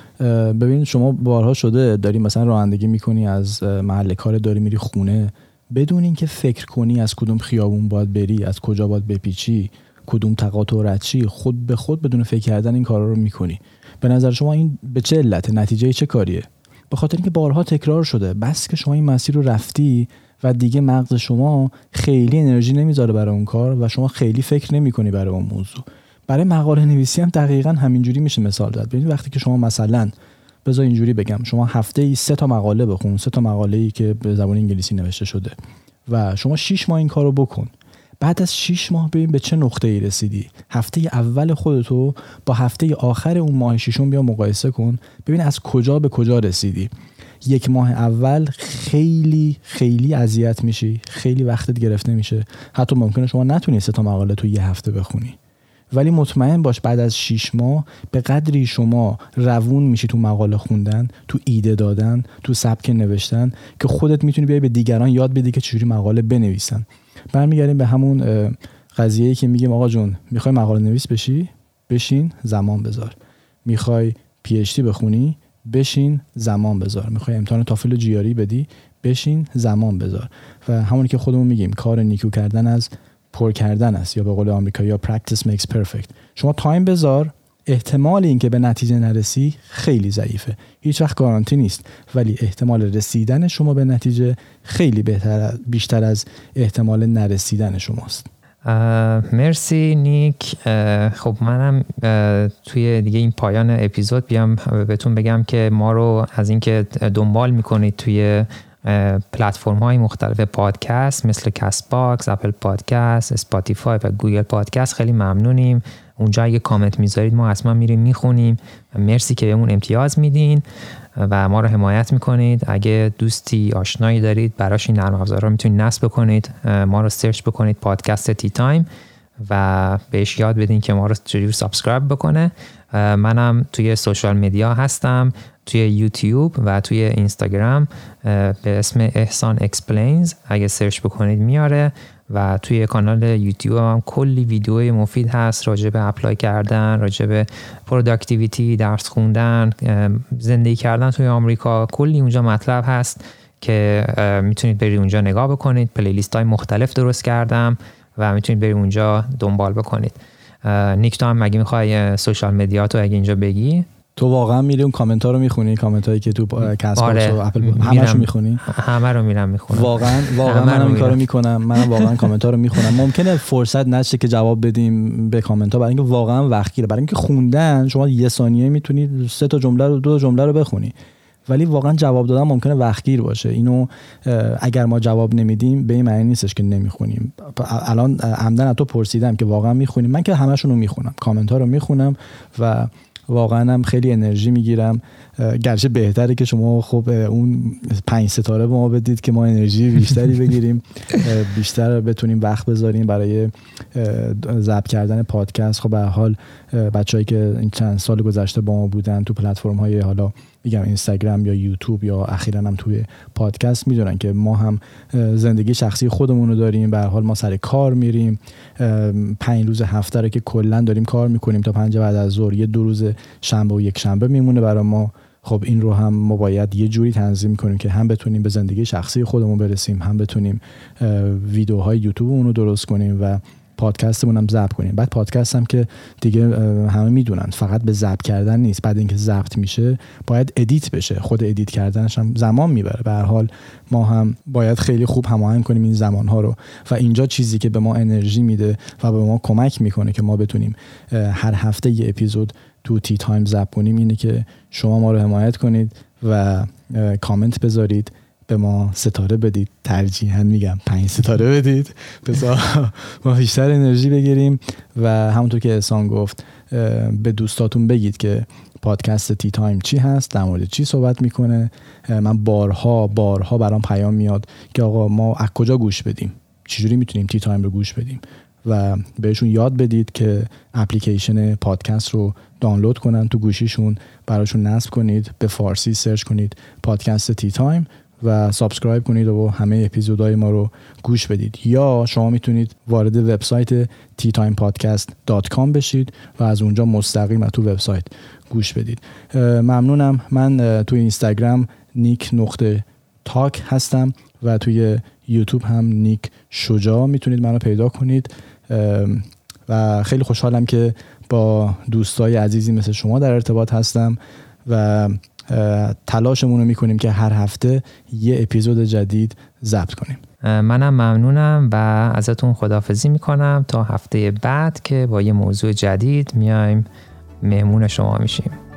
ببین شما بارها شده داری مثلا رانندگی میکنی، از محل کار داری میری خونه، بدون اینکه فکر کنی از کدوم خیابون باید بری، از کجا باید بپیچی، کدوم تقاطع رد چی، خود به خود بدون فکر کردن این کارا رو میکنی. به نظر شما این به چه علته؟ نتیجه چه کاریه؟ به خاطر اینکه بارها تکرار شده. بس که شما این مسیر رو رفتی و دیگه مغز شما خیلی انرژی نمیذاره برای اون کار و شما خیلی فکر نمیکنی برای اون موضوع. برای مقاله نویسی هم دقیقاً همینجوری میشه مثال زد. ببین وقتی که شما مثلا بذار اینجوری بگم، شما هفته ای سه تا مقاله بخون، سه تا مقاله‌ای که به زبان انگلیسی نوشته شده و شما شش ماه این کارو بکن. بعد از شش ماه ببین به چه نقطه‌ای رسیدی. هفته اول خودتو با هفته آخر اون ماه ششم بیا مقایسه کن، ببین از کجا به کجا رسیدی. یک ماه اول خیلی خیلی اذیت میشی، خیلی وقتت گرفته میشه، حتی ممکنه شما نتونی سه تا مقاله تو یه هفته بخونی. ولی مطمئن باش بعد از شش ماه به قدری شما روون میشی تو مقاله خوندن، تو ایده دادن، تو سبک نوشتن که خودت میتونی بیای به دیگران یاد بدی که چجوری مقاله بنویسن. برمیگردیم به همون قضیه‌ای که میگیم آقا جون میخوای مقاله نویس بشی، بشین زمان بذار. میخوای پی اچ دی بخونی، بشین زمان بذار. میخوای امتحان تافل جیاری بدی، بشین زمان بذار. و همونی که خودمون میگیم کار نیکو کردن از پر کردن است، یا به قول آمریکایی‌ها practice makes perfect. شما تایم بذار، احتمال این که به نتیجه نرسی خیلی ضعیفه، هیچ وقت گارانتی نیست، ولی احتمال رسیدن شما به نتیجه خیلی بهتر بیشتر از احتمال نرسیدن شماست. مرسی نیک. خب منم توی دیگه این پایان اپیزود بیام بهتون بگم که ما رو از اینکه دنبال میکنید توی پلتفرم های مختلف پادکست مثل کست باکس، اپل پادکست، اسپاتیفای و گوگل پادکست خیلی ممنونیم. اونجا اگه کامنت میذارید ما حتما میریم میخونیم. مرسی که بهمون امتیاز میدین و ما رو حمایت میکنید. اگه دوستی آشنایی دارید براش این نرم افزارا میتونید نصب بکنید، ما رو سرچ بکنید پادکست تی تایم و بهش یاد بدین که ما رو چجوری سابسکرایب بکنه. منم توی سوشال میدیا هستم، توی یوتیوب و توی اینستاگرام به اسم احسان اکسپلینز، اگه سرچ بکنید میاره. و توی کانال یوتیوب هم کلی ویدیوی مفید هست راجع به اپلای کردن، راجع به پروداکتیویتی، درس خوندن، زندگی کردن توی آمریکا. کلی اونجا مطلب هست که میتونید برید اونجا نگاه بکنید. پلیلیست های مختلف درست کردم و میتونید برید اونجا دنبال بکنید. نیک تو هم مگه میخوای سوشال میدیاتو اگه اینجا بگی؟ تو واقعا میری اون کامنت ها رو میخونی؟ کامنت هایی که تو کست باکس و اپل همه‌شو میخونی؟ همه رو میرم میخونم. واقعا واقعا منم این کارو میکنم. منم واقعا کامنت ها رو میخونم. ممکنه فرصت نشه که جواب بدیم به کامنت ها برای اینکه واقعا وقت گیره. برای اینکه خوندن شما یه ثانیه میتونی سه تا جمله رو دو جمله رو بخونی، ولی واقعا جواب دادن ممکنه وقتگیر باشه. اینو اگر ما جواب نمیدیم به این معنی نیستش که نمیخونیم. الان عمدن از تو پرسیدم که واقعا میخونیم. من که همشون رو میخونم، کامنت ها رو میخونم و واقعا هم خیلی انرژی میگیرم. گرچه بهتره که شما خب اون پنج ستاره به ما بدید که ما انرژی بیشتری بگیریم، بیشتر بتونیم وقت بذاریم برای ضبط کردن پادکست. خب به هر حال بچه‌ای که این چند سال گذشته با ما بودن تو پلتفرم های حالا میگم اینستاگرام یا یوتیوب یا اخیراً هم توی پادکست میدونن که ما هم زندگی شخصی خودمون رو داریم. به هر حال ما سر کار میریم، پنج روز هفته رو که کلا داریم کار میکنیم تا پنج بعد از ظهر، یه دو روز شنبه و یک شنبه میمونه برای ما. خب این رو هم ما باید یه جوری تنظیم کنیم که هم بتونیم به زندگی شخصی خودمون برسیم، هم بتونیم ویدیوهای یوتیوبمون رو درست کنیم و پادکستمون هم ضبط کنیم. بعد پادکست هم که دیگه همه میدونن فقط به ضبط کردن نیست، بعد اینکه ضبط میشه باید ادیت بشه. خود ادیت کردنش هم زمان میبره. به هر حال ما هم باید خیلی خوب هماهنگ کنیم این زمانها رو و اینجا چیزی که به ما انرژی میده و به ما کمک میکنه که ما بتونیم هر هفته یه اپیزود تو تی تایم ضبط کنیم اینه که شما ما رو حمایت کنید و کامنت بذارید، به ما ستاره بدید، ترجیحاً میگم پنج ستاره بدید بذار ما بیشتر انرژی بگیریم. و همونطور که احسان گفت به دوستاتون بگید که پادکست تی تایم چی هست، در مورد چی صحبت میکنه. من بارها بارها برام پیام میاد که آقا ما از کجا گوش بدیم، چجوری میتونیم تی تایم رو گوش بدیم و بهشون یاد بدید که اپلیکیشن پادکست رو دانلود کنن، تو گوشیشون براشون نصب کنید، به فارسی سرچ کنید پادکست تی تایم و سابسکرایب کنید و همه اپیزودهای ما رو گوش بدید. یا شما میتونید وارد وبسایت تی تایم پادکست دات کام بشید و از اونجا مستقیم تو وبسایت گوش بدید. ممنونم. من توی اینستاگرام نیک نقطه تاک هستم و توی یوتیوب هم نیک شجاع میتونید منو پیدا کنید و خیلی خوشحالم که با دوستای عزیزی مثل شما در ارتباط هستم و تلاشمون رو میکنیم که هر هفته یه اپیزود جدید ضبط کنیم. منم ممنونم و ازتون خداحافظی میکنم تا هفته بعد که با یه موضوع جدید میایم مهمون شما میشیم.